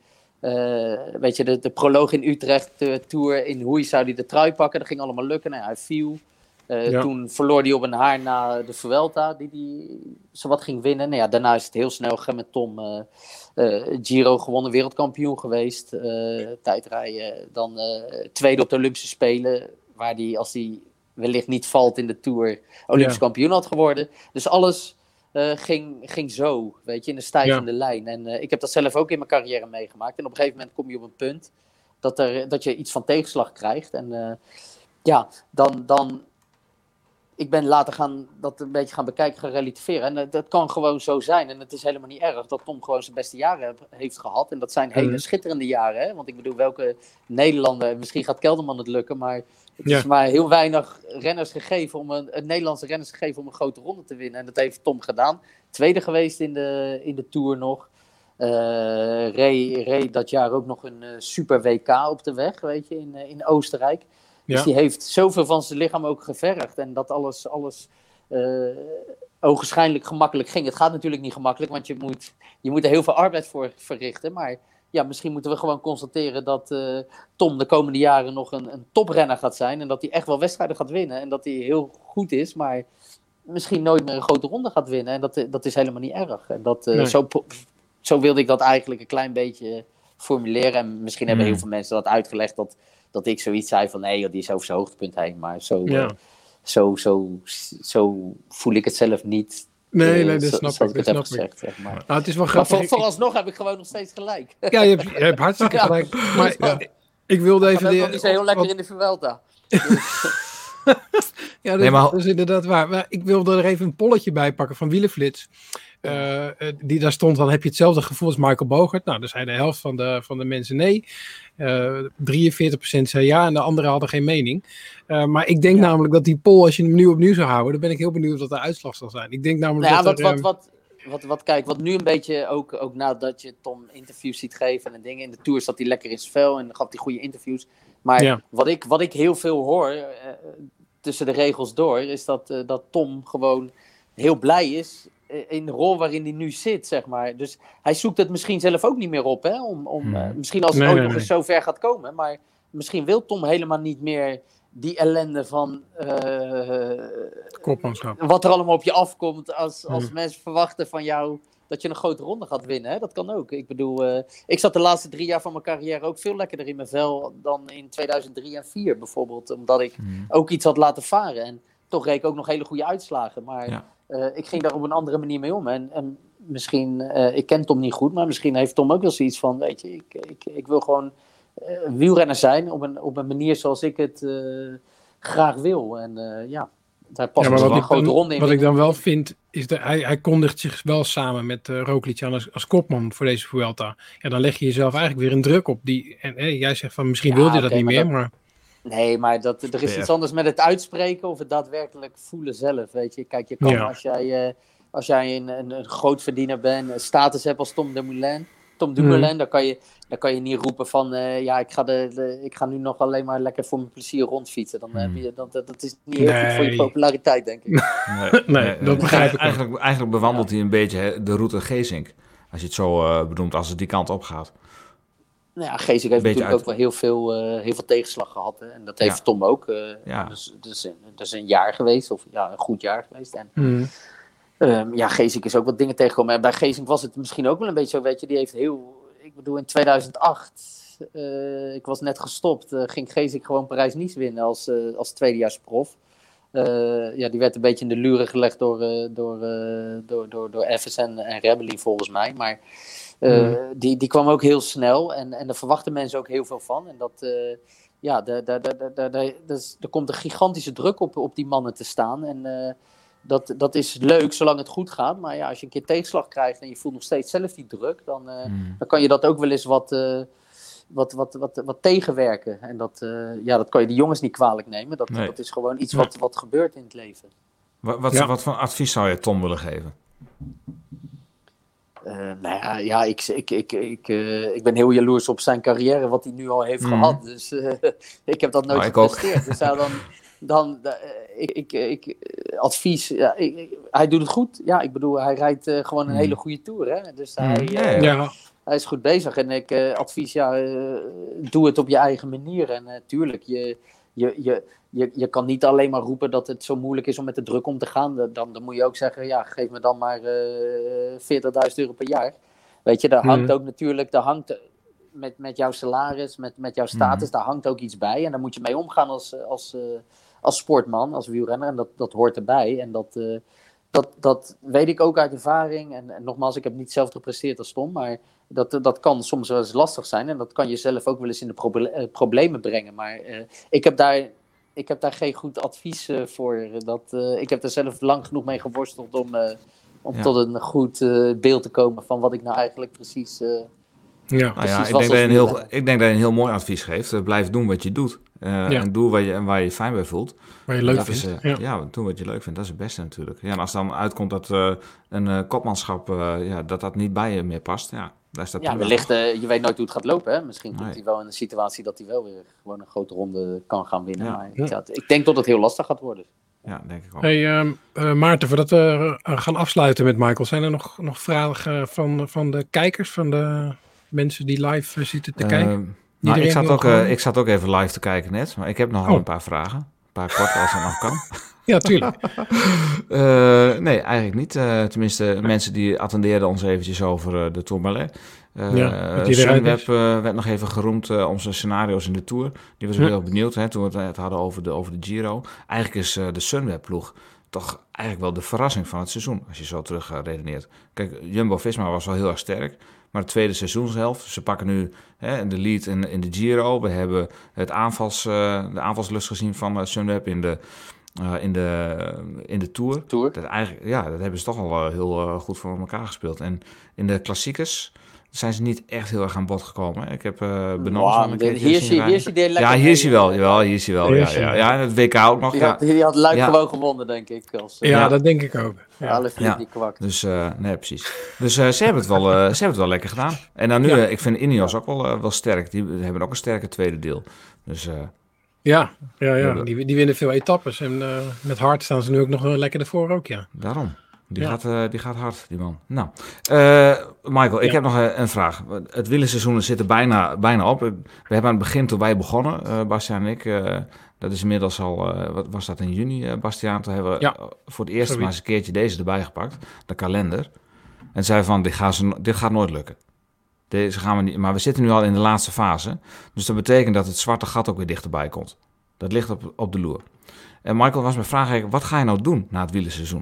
Uh, weet je, de, de proloog in Utrecht, de Tour in Hoei zou hij de trui pakken. Dat ging allemaal lukken. Nou, hij viel. Uh, ja. Toen verloor hij op een haar na de Vuelta, die hij zowat ging winnen. Nou ja, daarna is het heel snel gegaan met Tom. Uh, uh, Giro gewonnen, wereldkampioen geweest. Uh, tijdrijden. Dan uh, tweede op de Olympische Spelen, waar hij, als hij wellicht niet valt in de Tour, Olympisch ja. kampioen had geworden. Dus alles uh, ging, ging zo, weet je, in een stijgende ja. lijn. En uh, ik heb dat zelf ook in mijn carrière meegemaakt. En op een gegeven moment kom je op een punt dat, er, dat je iets van tegenslag krijgt. En uh, ja, dan... dan ik ben later gaan, dat een beetje gaan bekijken, gaan relativeren. En uh, dat kan gewoon zo zijn. En het is helemaal niet erg dat Tom gewoon zijn beste jaren heb, heeft gehad. En dat zijn hele mm. schitterende jaren. Hè? Want ik bedoel, welke Nederlander... Misschien gaat Kelderman het lukken, maar... Het ja. is maar heel weinig renners gegeven om een, een Nederlandse renners gegeven om een grote ronde te winnen. En dat heeft Tom gedaan. Tweede geweest in de, in de Tour nog. Uh, reed, reed dat jaar ook nog een uh, super W K op de weg, weet je, in, uh, in Oostenrijk. Ja. Dus die heeft zoveel van zijn lichaam ook gevergd. En dat alles, alles uh, ogenschijnlijk gemakkelijk ging. Het gaat natuurlijk niet gemakkelijk, want je moet, je moet er heel veel arbeid voor verrichten. Maar ja, misschien moeten we gewoon constateren dat uh, Tom de komende jaren nog een, een toprenner gaat zijn. En dat hij echt wel wedstrijden gaat winnen. En dat hij heel goed is, maar misschien nooit meer een grote ronde gaat winnen. En dat, dat is helemaal niet erg. En dat, uh, nee. zo, zo wilde ik dat eigenlijk een klein beetje formuleren. En misschien hebben mm. heel veel mensen dat uitgelegd dat... Dat ik zoiets zei van, nee, die is over zijn hoogtepunt heen. Maar zo, ja. uh, zo, zo, zo voel ik het zelf niet. Nee, uh, nee, dat zo, snap zo ik. ik het snap heb gezegd, zeg maar. Nou, het is wel maar grappig. voor, vooralsnog heb ik gewoon nog steeds gelijk. Ja, je hebt, je hebt hartstikke ja. gelijk. Maar ja, ik wilde even... Maar dat is heel lekker wat... in de Vuelta. Dus. ja, dat, nee, maar... dat is inderdaad waar. Maar ik wilde er even een polletje bij pakken van Wielenflits. Uh, die daar stond, dan heb je hetzelfde gevoel als Michael Bogert. Nou, daar zei de helft van de, van de mensen nee. Uh, drieënveertig procent zei ja en de anderen hadden geen mening. Uh, maar ik denk ja. namelijk dat die poll, als je hem nu opnieuw zou houden, dan ben ik heel benieuwd wat de uitslag zal zijn. Ik denk namelijk nou ja, dat wat, er, wat, wat, wat, wat, kijk, wat nu een beetje, ook, ook nadat je Tom interviews ziet geven en dingen in de Tour, zat hij lekker in zijn vel en gaf hij goede interviews. Maar ja. wat, ik, wat ik heel veel hoor, uh, tussen de regels door, is dat, uh, dat Tom gewoon heel blij is in de rol waarin hij nu zit, zeg maar. Dus hij zoekt het misschien zelf ook niet meer op, hè? Om, om, hmm. uh, misschien als het nee, ooit nee, nog eens nee. zo ver gaat komen. Maar misschien wil Tom helemaal niet meer die ellende van... Uh, Kopmanschap. Wat er allemaal op je afkomt als, als hmm. mensen verwachten van jou dat je een grote ronde gaat winnen. Hè? Dat kan ook. Ik bedoel, uh, ik zat de laatste drie jaar van mijn carrière ook veel lekkerder in mijn vel dan in tweeduizend drie en vier bijvoorbeeld. Omdat ik hmm. ook iets had laten varen. En toch reed ik ook nog hele goede uitslagen. Maar Ja. uh, ik ging daar op een andere manier mee om. En, en misschien, uh, ik ken Tom niet goed, maar misschien heeft Tom ook wel zoiets van, weet je, ik, ik, ik wil gewoon uh, wielrenner zijn op een, op een manier zoals ik het uh, graag wil. En uh, ja, daar past ja, maar wel wat een grote dan, ronde in. Wat ik dan wel vind, is dat hij, hij kondigt zich wel samen met uh, Roglic aan als, als kopman voor deze Vuelta. Ja, dan leg je jezelf eigenlijk weer een druk op. Die, en hey, jij zegt van, misschien Ja, wilde je dat oké, niet maar meer, dat- maar... Nee, maar dat, er is Ja. iets anders met het uitspreken of het daadwerkelijk voelen zelf, weet je. Kijk, je kan Ja. als jij, uh, als jij een, een, een groot verdiener bent, een status hebt als Tom Dumoulin, Tom Dumoulin, Mhm. dan, kan je, dan kan je niet roepen van, uh, ja, ik ga, de, de, ik ga nu nog alleen maar lekker voor mijn plezier rondfietsen. Dan heb je, dan, dat, dat is niet heel goed voor je Nee. populariteit, denk ik. Nee, Nee, dat begrijp ik wel. Eigenlijk, eigenlijk bewandelt hij een beetje hè, de route Geesink. Als je het zo uh, benoemt, als het die kant op gaat. Nou ja, Geesink heeft Beetje natuurlijk uit- ook wel heel veel, uh, heel veel tegenslag gehad. Hè? En dat heeft Ja. Tom ook. Uh, Ja. dus, dus, dat is een jaar geweest, of ja, een goed jaar geweest. En Mhm. Um, ja, Geesink is ook wat dingen tegengekomen. En bij Geesink was het misschien ook wel een beetje zo, weet je, die heeft heel... Ik bedoel, in tweeduizend acht, uh, ik was net gestopt, uh, ging Geesink gewoon Parijs-Nice winnen als, uh, als tweedejaarsprof. Uh, ja, die werd een beetje in de luren gelegd door, uh, door, uh, door, door, door Evans en, en Rebelli volgens mij. Maar uh, Mhm. die, die kwam ook heel snel en, en daar verwachten mensen ook heel veel van. En dat... Uh, ja, daar daar daar daar daar er komt een gigantische druk op, op die mannen te staan. En uh, dat, dat is leuk zolang het goed gaat. Maar ja, als je een keer tegenslag krijgt en je voelt nog steeds zelf die druk, dan, uh, Mm. dan kan je dat ook wel eens wat, uh, wat, wat, wat, wat tegenwerken. En dat, uh, ja, dat kan je die jongens niet kwalijk nemen. Dat, Nee. dat is gewoon iets wat, wat gebeurt in het leven. Wat, wat, Ja. wat voor advies zou je Tom willen geven? Uh, nou ja, ja ik, ik, ik, ik, uh, ik ben heel jaloers op zijn carrière, wat hij nu al heeft Mhm. gehad. Dus uh, ik heb dat nooit Nou, ik ook. gepresteerd. Dus ja, dan, dan uh, ik, ik, ik, uh, advies, ja, ik, ik- hij doet het goed. Ja, ik bedoel, hij rijdt uh, gewoon een Mhm. hele goede tour. Hè? Dus hij, Mhm. uh, Ja, ja. Ja, hij is goed bezig. En ik uh, advies, ja, uh, doe het op je eigen manier. En natuurlijk, uh, je, je, je, je, je kan niet alleen maar roepen dat het zo moeilijk is om met de druk om te gaan. Dan, dan moet je ook zeggen, ja, geef me dan maar uh, veertigduizend euro per jaar. Weet je, daar hangt Mhm. ook natuurlijk, daar hangt met, met jouw salaris, met, met jouw status, Mhm. daar hangt ook iets bij. En daar moet je mee omgaan als, als, uh, als sportman, als wielrenner. En dat, dat hoort erbij. En dat, uh, dat, dat weet ik ook uit ervaring. En, en nogmaals, ik heb niet zelf gepresteerd als Tom, maar dat, dat kan soms wel eens lastig zijn. En dat kan je zelf ook wel eens in de proble- uh, problemen brengen. Maar uh, ik heb daar... Ik heb daar geen goed advies uh, voor. Dat, uh, ik heb er zelf lang genoeg mee geworsteld om, uh, om Ja. tot een goed uh, beeld te komen van wat ik nou eigenlijk precies... Uh, ja. Nou ja, Precies, ik, was denk dat je een als heel, wielrenner. ik denk dat je een heel mooi advies geeft. Uh, blijf doen wat je doet. Uh, Ja. En doe waar je, waar je je fijn bij voelt. Waar je leuk dat vindt. is, uh, ja. ja, doe wat je leuk vindt. Dat is het beste natuurlijk. Ja, en als dan uitkomt dat uh, een uh, kopmanschap, uh, ja, dat dat niet bij je meer past. Ja, daar is dat ja, prima. wellicht, uh, je weet nooit hoe het gaat lopen. Hè? Misschien komt Nee. hij wel in een situatie dat hij wel weer gewoon een grote ronde kan gaan winnen. Ja. Maar Ja. ja, ik denk dat het heel lastig gaat worden. Ja, denk ik ook. Hey, um, uh, Maarten, voordat we uh, gaan afsluiten met Michael, zijn er nog, nog vragen van, van de kijkers, van de mensen die live uh, zitten te Uh, kijken? nou, Iedereen ik, zat wil ook, gewoon- uh, ik zat ook even live te kijken net, maar ik heb nog wel Oh. een paar vragen. Een paar kort als het nog kan. Ja, tuurlijk. Uh, nee, eigenlijk niet. Uh, tenminste, mensen die attendeerden ons eventjes over uh, de Tourmalet. Uh, Ja, dat die eruit Sunweb is. uh, werd nog even geroemd uh, om zijn scenario's in de Tour. Die was ook Ja. heel benieuwd hè, toen we het hadden over de, over de Giro. Eigenlijk is uh, de Sunweb-ploeg toch eigenlijk wel de verrassing van het seizoen, als je zo terug uh, redeneert. Kijk, Jumbo-Visma was wel heel erg sterk, maar de tweede seizoenshelft, ze pakken nu hè, de lead in, in de Giro. We hebben het aanvals, uh, de aanvalslust gezien van uh, Sunweb in de, uh, in, de, in de Tour. Tour. Dat, eigenlijk, ja, dat hebben ze toch al uh, heel uh, goed voor elkaar gespeeld. En in de klassiekers zijn ze niet echt heel erg aan bod gekomen. Ik heb uh, Benoot Wow, al een de- keertje hier zien zie- hier rijden. zie je lekker Ja, hier mee, is hij wel. uh, Jawel, hier is hij wel. Hier Ja, is hij ja, wel. ja, en het W K ook nog. Die Ja. had, die had Luik Ja. gewoon gewonnen, denk ik. Als, uh, Ja, Ja. dat denk ik ook. Ja. alle vrienden Ja. die kwakt. Dus, uh, nee, precies. Dus uh, ze, hebben het wel, uh, ze hebben het wel lekker gedaan. En dan nu, Ja. uh, ik vind Ineos ook wel, uh, wel sterk. Die hebben ook een sterke tweede deel. Dus uh, Ja, ja, ja. Ja. Die, die winnen veel etappes. En uh, met hard staan ze nu ook nog wel lekker ervoor ook, ja. daarom. Die, Ja. gaat, uh, die gaat hard, die man. Nou, uh, Michael, ik Ja. heb nog uh, een vraag. Het wielerseizoen zit er bijna, bijna op. We hebben aan het begin, toen wij begonnen, uh, Bastiaan en ik... Uh, dat is inmiddels al, uh, wat was dat in juni, uh, Bastiaan? Toen hebben we Ja. uh, voor het eerst Zoiets. maar eens een keertje deze erbij gepakt. De kalender. En zei van, dit, gaan ze, dit gaat nooit lukken. Deze gaan we niet, maar we zitten nu al in de laatste fase. Dus dat betekent dat het zwarte gat ook weer dichterbij komt. Dat ligt op, op de loer. En Michael was mijn vraag, wat ga je nou doen na het wielerseizoen?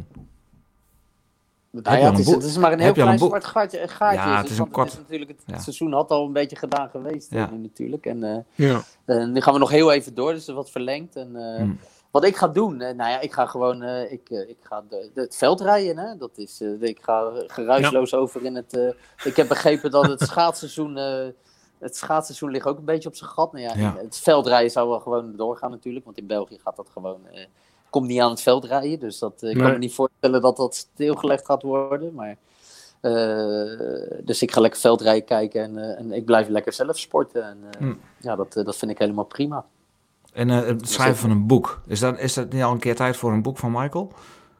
Nou ja, het, is, het is maar een heel klein zwart gaatje. Een gaatje ja, is het is een kort. Het, is natuurlijk, het ja. seizoen had al een beetje gedaan geweest ja. nu natuurlijk. En uh, ja. uh, nu gaan we nog heel even door, dus wat verlengd. En, uh, hmm. Wat ik ga doen, uh, nou ja, ik ga gewoon uh, ik, uh, ik ga de, de, het veld rijden. Hè? Dat is, uh, ik ga geruisloos ja. over in het... Uh, ik heb begrepen dat het schaatsseizoen... Uh, het schaatsseizoen ligt ook een beetje op zijn gat. Nou ja, ja. Het veldrijden zou wel gewoon doorgaan natuurlijk, want in België gaat dat gewoon... Uh, komt niet aan het veld rijden, dus dat, uh, ik nee. kan me niet voorstellen dat dat stilgelegd gaat worden. Maar, uh, dus ik ga lekker veldrijden kijken en, uh, en ik blijf lekker zelf sporten. En, uh, hm. Ja, dat, uh, dat vind ik helemaal prima. En uh, het schrijven van een boek, is dat, is dat niet al een keer tijd voor een boek van Michael?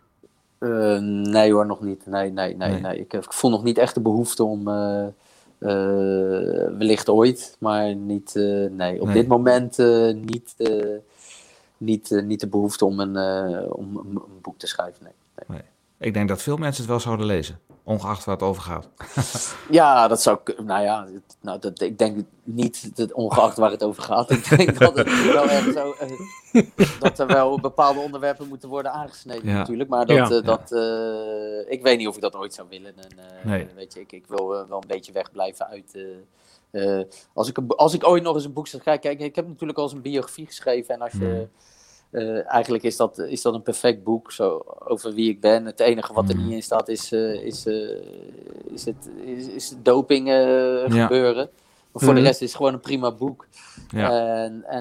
Uh, nee hoor, nog niet. Nee, nee, nee, nee. nee. Ik, ik voel nog niet echt de behoefte om... Uh, uh, wellicht ooit, maar niet... Uh, nee, op nee. dit moment uh, niet... Uh, Niet, uh, niet de behoefte om een, uh, om een, een boek te schrijven. Nee. Nee. Nee. Ik denk dat veel mensen het wel zouden lezen, ongeacht waar het over gaat. Ja, dat zou. Nou ja, het, nou, dat, ik denk niet dat ongeacht waar het over gaat. Ik denk dat het wel erg zo. Uh, dat er wel bepaalde onderwerpen moeten worden aangesneden, ja. natuurlijk. Maar dat, ja. uh, dat uh, ik weet niet of ik dat ooit zou willen. En, uh, nee. Weet je, ik, ik wil uh, wel een beetje wegblijven uit. Uh, Uh, als, ik, als ik ooit nog eens een boek zou schrijven... Kijk, ik heb natuurlijk al eens een biografie geschreven. En als je... Uh, eigenlijk is dat, is dat een perfect boek zo, over wie ik ben. Het enige wat er niet in staat is... Uh, is, uh, is, het, is, is het doping uh, ja. gebeuren. Maar voor mm. de rest is het gewoon een prima boek. Ja. En, en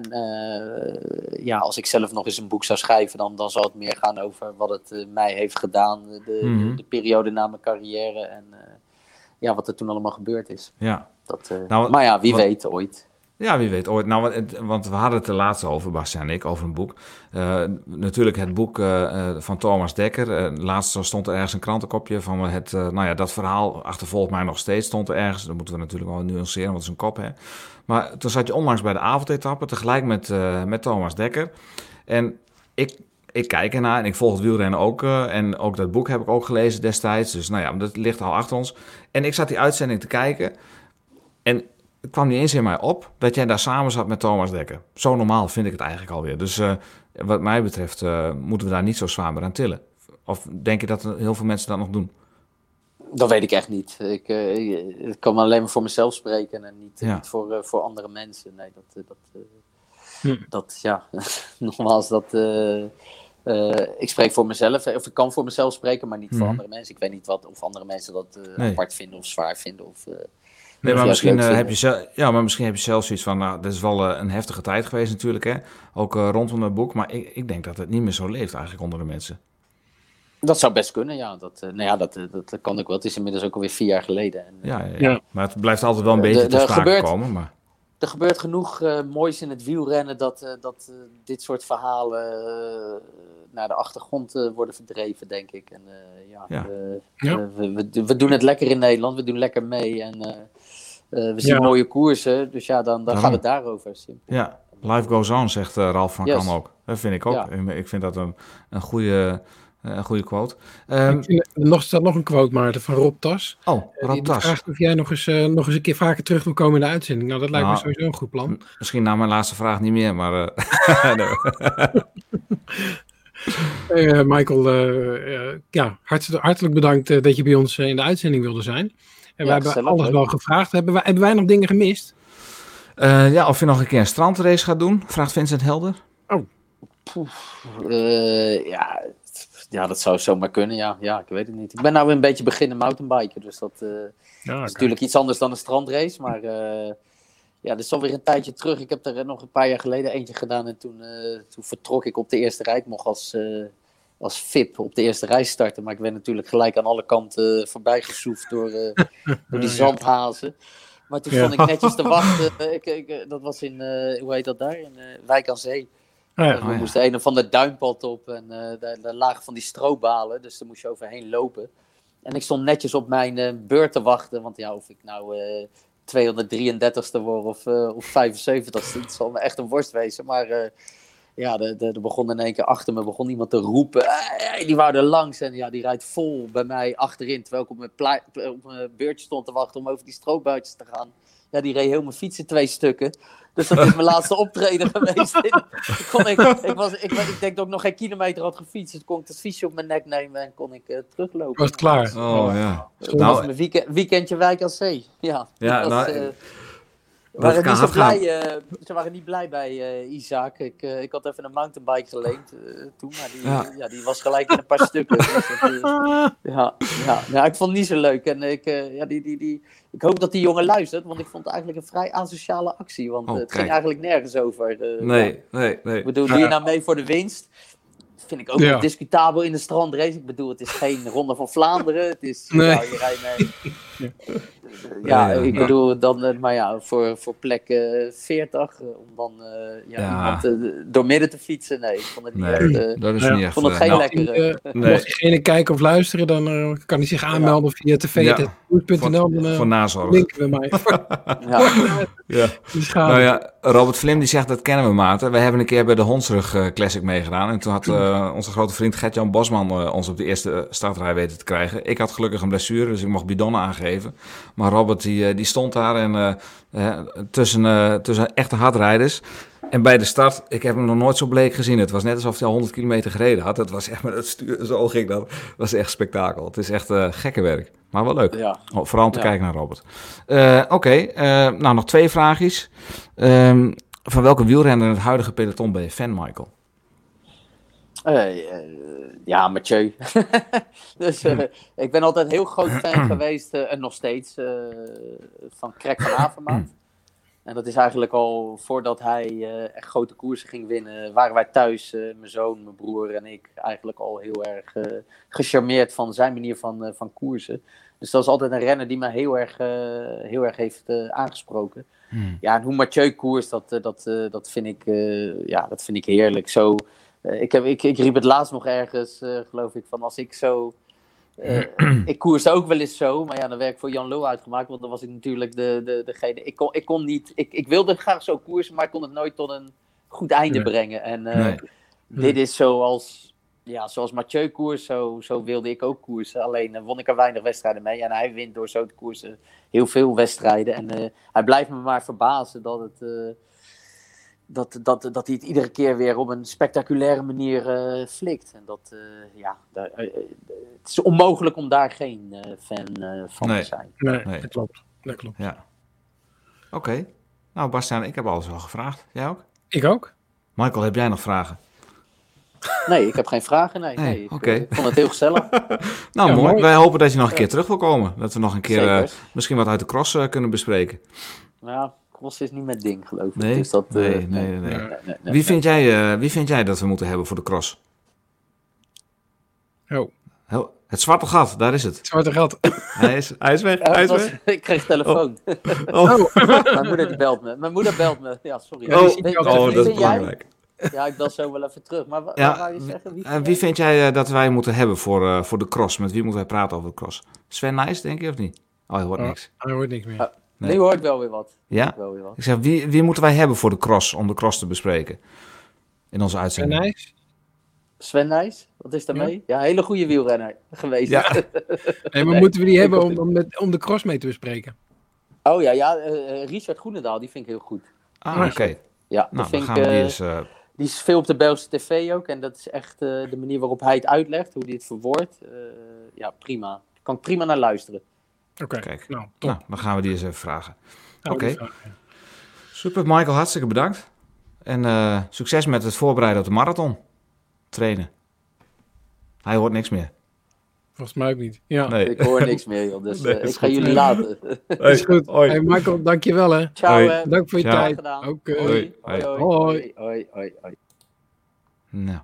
uh, ja, als ik zelf nog eens een boek zou schrijven... dan, dan zal het meer gaan over wat het uh, mij heeft gedaan. De, mm. de, de periode na mijn carrière. En uh, ja, wat er toen allemaal gebeurd is. Ja. Dat, uh, nou, maar ja, wie wat, weet ooit. Ja, wie weet ooit. Nou, want we hadden het er laatst over, Bas en ik, over een boek. Uh, natuurlijk het boek uh, van Thomas Dekker. Uh, laatst stond er ergens een krantenkopje van het... Uh, nou ja, dat verhaal achtervolgt mij nog steeds, stond er ergens. Dat moeten we natuurlijk wel nuanceren, want het is een kop, hè. Maar toen zat je onlangs bij de avondetappe, tegelijk met, uh, met Thomas Dekker. En ik... Ik kijk ernaar en ik volg het wielrennen ook. Uh, en ook dat boek heb ik ook gelezen destijds. Dus nou ja, dat ligt al achter ons. En ik zat die uitzending te kijken. En het kwam niet eens in mij op dat jij daar samen zat met Thomas Dekker. Zo normaal vind ik het eigenlijk alweer. Dus uh, wat mij betreft uh, moeten we daar niet zo zwaar meer aan tillen. Of denk je dat heel veel mensen dat nog doen? Dat weet ik echt niet. Ik, uh, ik kan alleen maar voor mezelf spreken en niet, ja. niet voor, uh, voor andere mensen. Nee, dat... Uh, dat uh, hm. Dat, ja, nogmaals, dat... Uh, Uh, ik spreek voor mezelf, of ik kan voor mezelf spreken, maar niet voor mm. andere mensen. Ik weet niet wat, of andere mensen dat uh, nee. apart vinden of zwaar vinden. Of, uh, nee, maar misschien, uh, heb je zelf, ja, maar misschien heb je zelf zoiets van, nou, dit is wel uh, een heftige tijd geweest natuurlijk, hè? Ook uh, rondom het boek. Maar ik, ik denk dat het niet meer zo leeft eigenlijk onder de mensen. Dat zou best kunnen, ja. Dat, uh, nou ja, dat, dat, dat kan ook wel. Het is inmiddels ook alweer vier jaar geleden. En, uh, ja, ja, ja, maar het blijft altijd wel een beetje te sprake komen, maar... Er gebeurt genoeg uh, moois in het wielrennen dat, uh, dat uh, dit soort verhalen uh, naar de achtergrond uh, worden verdreven, denk ik. En, uh, ja, ja. Uh, ja. Uh, we, we, we doen het lekker in Nederland, we doen lekker mee en uh, uh, we zien ja. mooie koersen. Dus ja, dan, dan gaat het daarover. Simpel. Ja, life goes on, zegt uh, Ralf van yes. Kam ook. Dat vind ik ook. Ja. Ik vind dat een, een goede... Een goede quote. Um, er staat nog een quote, Maarten, van Rob Tas. Oh, Rob die, die Tas. vraagt of jij nog eens, uh, nog eens een keer vaker terug wil komen in de uitzending. Nou, dat lijkt nou, me sowieso een goed plan. M- misschien na mijn laatste vraag niet meer, maar... Uh, uh, Michael, uh, uh, ja, hartelijk, hartelijk bedankt uh, dat je bij ons uh, in de uitzending wilde zijn. En ja, we hebben alles leuk. wel gevraagd. Hebben wij, hebben wij nog dingen gemist? Uh, ja, of je nog een keer een strandrace gaat doen, vraagt Vincent Helder. Oh. Uh, ja... Ja, dat zou zomaar kunnen, ja. Ja, ik weet het niet. Ik ben nou een beetje beginnen mountainbiken, dus dat uh, ja, okay. is natuurlijk iets anders dan een strandrace. Maar uh, ja, dat is alweer een tijdje terug. Ik heb er nog een paar jaar geleden eentje gedaan en toen, uh, toen vertrok ik op de eerste rij. Ik mocht als, uh, als V I P op de eerste rij starten, maar ik ben natuurlijk gelijk aan alle kanten uh, voorbij gesoefd door, uh, door die zandhazen. Maar toen stond ja. ik netjes te wachten. ik, ik, dat was in, uh, hoe heet dat daar? In uh, Wijk aan Zee. Oh ja, we oh ja. moesten een of ander duimpad op en uh, daar, daar lagen van die stroobalen, dus daar moest je overheen lopen. En ik stond netjes op mijn uh, beurt te wachten, want ja, of ik nou uh, tweehonderddrieëndertigste word of, uh, of vijfenzeventigste, het zal me echt een worst wezen. Maar uh, ja, er begon in één keer achter me begon iemand te roepen, hey, die wou er langs en ja, die rijdt vol bij mij achterin, terwijl ik op mijn, pla- op mijn beurtje stond te wachten om over die strookbuitjes te gaan. Ja, die reed heel mijn fiets in twee stukken. Dus dat is mijn laatste optreden geweest. Ik, kon ik, ik, was, ik, ik denk dat ik nog geen kilometer had gefietst. Dus kon ik het fietsje op mijn nek nemen en kon ik uh, teruglopen. Was het klaar? Oh ja. Dat was nou, mijn weekend, weekendje Wijk aan Zee. Ja, ja was, nou, uh, waren niet zo blij, uh, ze waren niet blij bij uh, Isaac. Ik, uh, ik had even een mountainbike geleend uh, toen, maar die, ja. Uh, ja, die was gelijk in een paar stukken. Dus dat, uh, ja, ja, ja, ik vond het niet zo leuk. En ik, uh, ja, die, die, die, ik hoop dat die jongen luistert, want ik vond het eigenlijk een vrij asociale actie. Want uh, oh, het ging eigenlijk nergens over. Uh, nee, ja. nee, nee. Ik bedoel, doe je nou mee voor de winst? Dat vind ik ook ja. wel discutabel in de strandrace. Ik bedoel, het is geen Ronde van Vlaanderen. Het is, nee. nou, je rijdt mee. Ja, ja, ik bedoel, dan, maar ja, voor, voor plek uh, veertig, uh, om dan uh, ja, ja. iemand uh, door midden te fietsen, nee, ik vond het niet nee, echt, uh, dat is ja, niet ik vond het geen nou, lekkere. Uh, nee. Mocht diegene kijken of luisteren, dan uh, kan hij zich aanmelden ja. via tv punt n l. Ja. Uh, voor nazorg. Linken we mij. ja. ja. Nou ja, Robert Vlim die zegt, dat kennen we Maarten. We hebben een keer bij de Hondsrug uh, Classic meegedaan. En toen had uh, onze grote vriend Gert-Jan Bosman uh, ons op de eerste startrij weten te krijgen. Ik had gelukkig een blessure, dus ik mocht bidonnen aangeven. Maar Robert die, die stond daar en uh, uh, tussen, uh, tussen echte hardrijders. En bij de start, ik heb hem nog nooit zo bleek gezien. Het was net alsof hij al honderd kilometer gereden had. Het was echt met het stuur, zo ging dat. Het was echt spektakel. Het is echt uh, gekke werk. Maar wel leuk. Ja. Oh, vooral om te ja. kijken naar Robert. Uh, Oké, okay. uh, nou nog twee vraagjes. Um, van welke wielrenner in het huidige peloton ben je fan, Michael? Uh, uh, ja, Mathieu. dus uh, ik ben altijd heel groot fan geweest uh, en nog steeds uh, van Krek van Avermaat. En dat is eigenlijk al voordat hij uh, echt grote koersen ging winnen, waren wij thuis, uh, mijn zoon, mijn broer en ik, eigenlijk al heel erg uh, gecharmeerd van zijn manier van, uh, van koersen. Dus dat is altijd een renner die me heel erg, uh, heel erg heeft uh, aangesproken. Hmm. Ja, en hoe Mathieu koers, dat, uh, dat, uh, dat, vind ik, uh, ja, dat vind ik heerlijk. Zo, uh, ik, heb, ik, ik riep het laatst nog ergens, uh, geloof ik, van als ik zo... Uh, ik koerste ook wel eens zo, maar ja, dan werd ik voor Jan Lul uitgemaakt, want dan was ik natuurlijk de, de, degene... Ik kon, ik kon niet... Ik, ik wilde graag zo koersen, maar ik kon het nooit tot een goed einde nee. brengen. En uh, nee. dit is zoals... Ja, zoals Mathieu koers, zo, zo wilde ik ook koersen. Alleen uh, won ik er weinig wedstrijden mee. En hij wint door zo te koersen heel veel wedstrijden. En uh, hij blijft me maar verbazen dat het... Uh, Dat, dat, dat hij het iedere keer weer op een spectaculaire manier uh, flikt. En dat, uh, ja, daar, uh, het is onmogelijk om daar geen uh, fan uh, van nee. te zijn. Nee, nee, dat klopt. Dat klopt. Ja. Oké. Okay. Nou, Bastiaan, ik heb alles wel gevraagd. Jij ook? Ik ook. Michael, heb jij nog vragen? Nee, ik heb geen vragen. Nee, nee. nee ik okay. uh, vond het heel gezellig. nou, ja, mooi. mooi. Wij hopen dat je nog een keer terug wil komen. Dat we nog een keer uh, misschien wat uit de cross uh, kunnen bespreken. Nou, cross is niet mijn ding, geloof ik. Nee, dus dat, uh, nee, nee, nee, nee. nee, nee, nee, nee wie, vind nee. Jij, uh, wie vind jij dat we moeten hebben voor de cross? Oh. oh het zwarte gat, daar is het. Het zwarte gat. Hij is, hij is weg, ja, hij is was, weg. Ik kreeg telefoon. Oh. Oh. Mijn moeder die belt me. Mijn moeder belt me. Ja, sorry. Oh, wie, oh wie, dat is belangrijk. Jij? Ja, ik bel zo wel even terug. Maar wat ja, wou je zeggen? Wie, uh, wie vind jij uh, dat wij moeten hebben voor, uh, voor de cross? Met wie moeten wij praten over de cross? Sven Nys, denk je, of niet? Oh, hij hoort oh, niks. Hij hoort niks meer. Uh, nee. Nu hoort wel weer wat. Ja? Wel weer wat. Ik zeg, wie, wie moeten wij hebben voor de cross, om de cross te bespreken? In onze uitzending. Sven Nys? Sven Nys? Wat is daarmee? Ja, ja hele goede wielrenner geweest. Ja. nee, maar nee. moeten we die hebben om, om, met, om de cross mee te bespreken? Oh ja, ja uh, Richard Groenendaal, die vind ik heel goed. Ah, oké. Okay. Ja, nou, vind dan ik, gaan we die uh, eens... Uh... Die is veel op de Belgische tv ook. En dat is echt uh, de manier waarop hij het uitlegt. Hoe hij het verwoordt. Uh, ja, prima. Daar kan ik prima naar luisteren. Oké, okay. Kijk. Nou, top. Nou, dan gaan we die eens even vragen. Nou, Oké. Okay. Super, Michael. Hartstikke bedankt. En uh, succes met het voorbereiden op de marathon. Trainen. Hij hoort niks meer. Volgens mij ook niet. Ja. Nee. Ik hoor niks meer, joh. Dus nee, uh, ik ga jullie laten. Hey, is goed. Hoi. Hey Michael, dankjewel hè. Ciao. Hoi. Dank voor je Ciao. tijd. Oké. Okay. Hoi. Hoi. Hoi. Hoi. Hoi. Hoi. Hoi. Nou.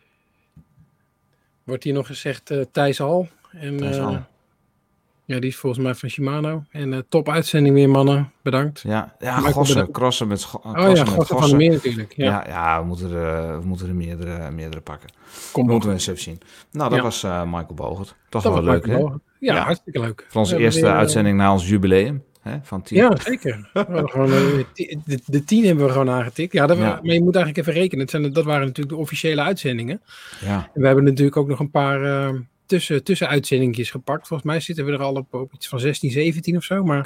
Wordt hier nog gezegd uh, Thijs Hal. En, Thijs Hal. Uh, ja, die is volgens mij van Shimano. En uh, top uitzending weer, mannen. Bedankt. Ja, ja Gossen. Crossen met Gossen. Oh ja, Gossen van de Meer natuurlijk. Ja, ja, ja we, moeten er, we moeten er meerdere, meerdere pakken. Kom, moeten we eens even zien. Nou, dat ja. was uh, Michael Bogert. Toch dat wel leuk, hè? Ja, ja, hartstikke leuk. Voor onze eerste weer, uitzending uh, na ons jubileum. Hè, van tien. Ja, zeker. we gewoon, uh, de, de tien hebben we gewoon aangetikt. Ja, dat ja. We, maar je moet eigenlijk even rekenen. Het zijn, dat waren natuurlijk de officiële uitzendingen. Ja. En we hebben natuurlijk ook nog een paar... Uh, Tussen, tussen uitzendingjes gepakt. Volgens mij zitten we er al op, op iets van zestien, zeventien of zo. Maar Kijk.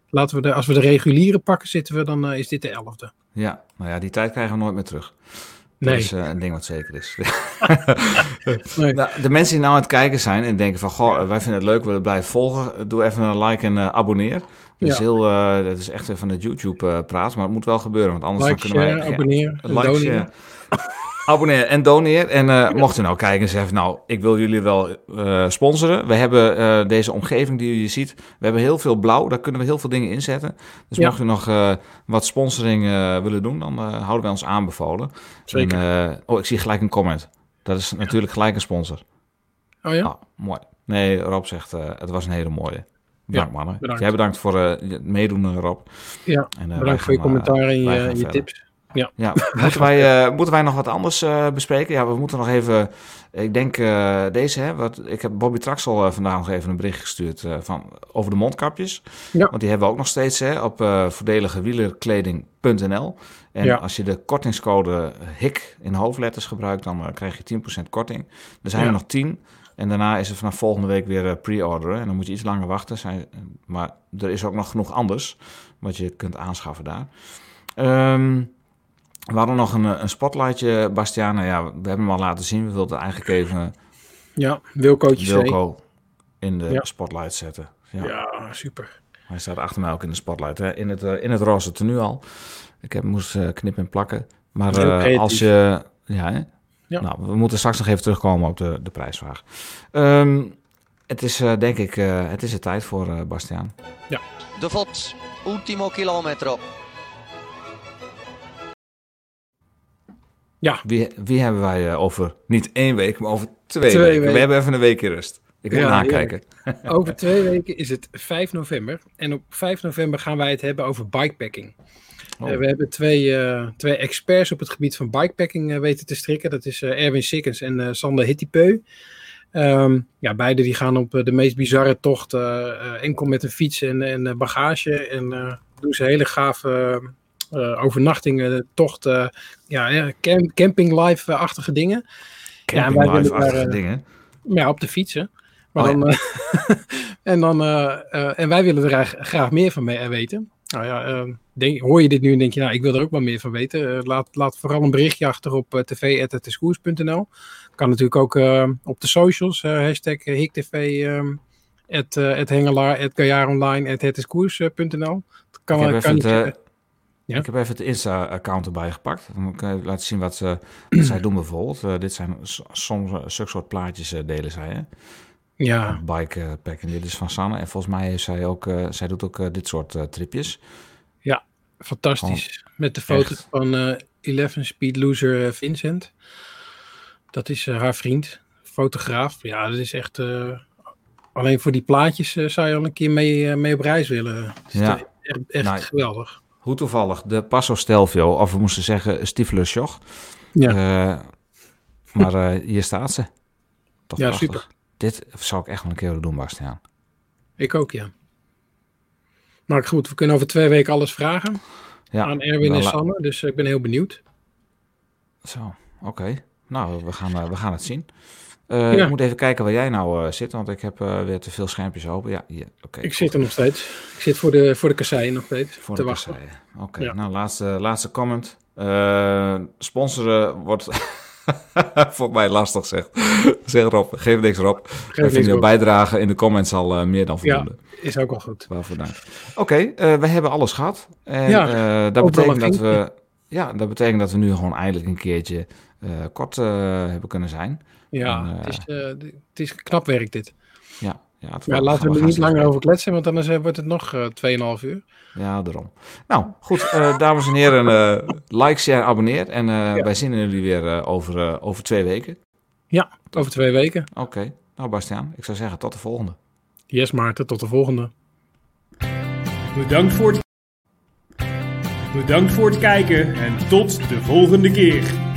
laten we de, als we de reguliere pakken zitten we, dan uh, is dit de elfde. Ja, nou ja, die tijd krijgen we nooit meer terug. Dat nee. is uh, een ding wat zeker is. nee. Nou, de mensen die nou aan het kijken zijn en denken van... Goh, wij vinden het leuk, we willen blijven volgen. Doe even een like en uh, abonneer. Dat, ja. is heel, uh, dat is echt van de YouTube-praat, uh, maar het moet wel gebeuren. Want anders like, dan kunnen share, wij... Ja, abonneer, like, doneren. Abonneer en doneer. En uh, mocht u nou kijken en zeggen... Nou, ik wil jullie wel uh, sponsoren. We hebben uh, deze omgeving die je ziet. We hebben heel veel blauw. Daar kunnen we heel veel dingen inzetten. Dus ja. mocht u nog uh, wat sponsoring uh, willen doen... dan uh, houden wij ons aanbevolen. Zeker. En, uh, oh, ik zie gelijk een comment. Dat is natuurlijk gelijk een sponsor. Oh ja? Oh, mooi. Nee, Rob zegt... Uh, het was een hele mooie. Bedankt, ja, mannen. Bedankt. Jij bedankt voor uh, het meedoen, Rob. Ja, en, uh, bedankt voor je commentaar uh, en je, je tips. Ja, ja. moeten, wij, uh, moeten wij nog wat anders uh, bespreken? Ja, we moeten nog even... Ik denk uh, deze, hè. Wat, ik heb Bobby Traxel uh, vandaag nog even een bericht gestuurd uh, van, over de mondkapjes. Ja. Want die hebben we ook nog steeds hè, op uh, voordeligewielerkleding punt n l. En ja. als je de kortingscode H I C in hoofdletters gebruikt, dan uh, krijg je tien procent korting. Er zijn ja. er nog tien. En daarna is er vanaf volgende week weer uh, pre-orderen. En dan moet je iets langer wachten. Zijn, maar er is ook nog genoeg anders wat je kunt aanschaffen daar. Um, We hadden nog een, een spotlightje, Bastiaan. Nou ja, we hebben hem al laten zien. We wilden eigenlijk even... Ja, Wilcootje Wilco in de ja. spotlight zetten. Ja. ja, super. Hij staat achter mij ook in de spotlight. Hè? In, het, uh, in het roze tenue al. Ik heb, moest uh, knippen en plakken. Maar uh, als je... Ja, hè? Ja, nou, we moeten straks nog even terugkomen op de, de prijsvraag. Um, het is uh, denk ik... Uh, het is de tijd voor uh, Bastiaan. Ja. De V O T, ultimo kilometro. Ja. Wie, wie hebben wij uh, over niet één week, maar over twee, twee weken. weken. We hebben even een weekje rust. Ik wil ja, nakijken. Ja. Over twee weken is het vijf november. En op vijf november gaan wij het hebben over bikepacking. Oh. Uh, we hebben twee, uh, twee experts op het gebied van bikepacking uh, weten te strikken. Dat is uh, Erwin Sikkens en uh, Sander Hittipeu. Um, ja, beide die gaan op uh, de meest bizarre tocht. Uh, uh, enkel met een fiets en, en uh, bagage. En uh, doen ze hele gave... Uh, Uh, overnachtingen, tochten, ja, ja, camp, camping life-achtige dingen. Camping ja, life-achtige uh, dingen? Ja, op de fietsen. Maar oh, dan, ja. uh, en, dan, uh, uh, en wij willen er graag, graag meer van mee weten. Nou ja, uh, denk, hoor je dit nu en denk je, nou, ik wil er ook wel meer van weten. Uh, laat, laat vooral een berichtje achter op uh, tv at het is koers punt n l. Kan natuurlijk ook uh, op de socials, uh, hashtag uh, hiktv, um, at, uh, at hengelaar, at gajaaronline, at het is koers punt n l. Kan, ik heb kan even het, uh, ja? Ik heb even het Insta-account erbij gepakt. Dan kan je laten zien wat, ze, wat zij doen bijvoorbeeld. Uh, dit zijn soms uh, zulke soort plaatjes uh, delen zij, hè? Ja. Bikepacking, dit is van Sanne. En volgens mij heeft zij ook, uh, zij doet ook uh, dit soort uh, tripjes. Ja, fantastisch. Oh, met de foto's echt. van uh, elf Speed Loser uh, Vincent. Dat is uh, haar vriend, fotograaf. Ja, dat is echt... Uh, alleen voor die plaatjes uh, zou je al een keer mee, uh, mee op reis willen. Dat is ja. echt, echt nou, geweldig. Hoe toevallig, de Passo Stelvio, of we moesten zeggen Stiefler Schoch. Ja. Uh, maar uh, hier staat ze. Toch ja, prachtig. super. Dit zou ik echt wel een keer willen doen, Bastiaan. Ik ook, ja. Maar goed, we kunnen over twee weken alles vragen ja, aan Erwin en Sanne, dus ik ben heel benieuwd. Zo, oké. Okay. Nou, we gaan, uh, we gaan het zien. Uh, ja. Ik moet even kijken waar jij nou uh, zit, want ik heb uh, weer te veel schermpjes open. Ja, yeah, okay, ik zit er nog steeds. Ik zit voor de, voor de kasseien nog steeds. Voor te de wachten. Oké, okay. ja. Nou, laatste, laatste comment. Uh, sponsoren wordt voor mij lastig, zegt. Zeg Rob, geef niks Rob. Geef niks je bijdrage in de comments al uh, meer dan voldoende. Ja, is ook wel goed. Waarvoor dank. Oké, okay, uh, we hebben alles gehad. En ja, uh, dat betekent dat we... Ja, dat betekent dat we nu gewoon eindelijk een keertje uh, kort uh, hebben kunnen zijn. Ja, en, uh, het, is, uh, het is knap werk dit. Ja, ja, het ja laten we er niet langer over kletsen, want anders uh, wordt het nog uh, twee komma vijf uur. Ja, daarom. Nou, goed, uh, dames en heren, uh, like, share, abonneer. En uh, ja. wij zien jullie weer uh, over, uh, over twee weken. Ja, over twee weken. Oké, okay. Nou Bastiaan, ik zou zeggen tot de volgende. Yes Maarten, tot de volgende. Bedankt voor het, Bedankt voor het kijken en tot de volgende keer.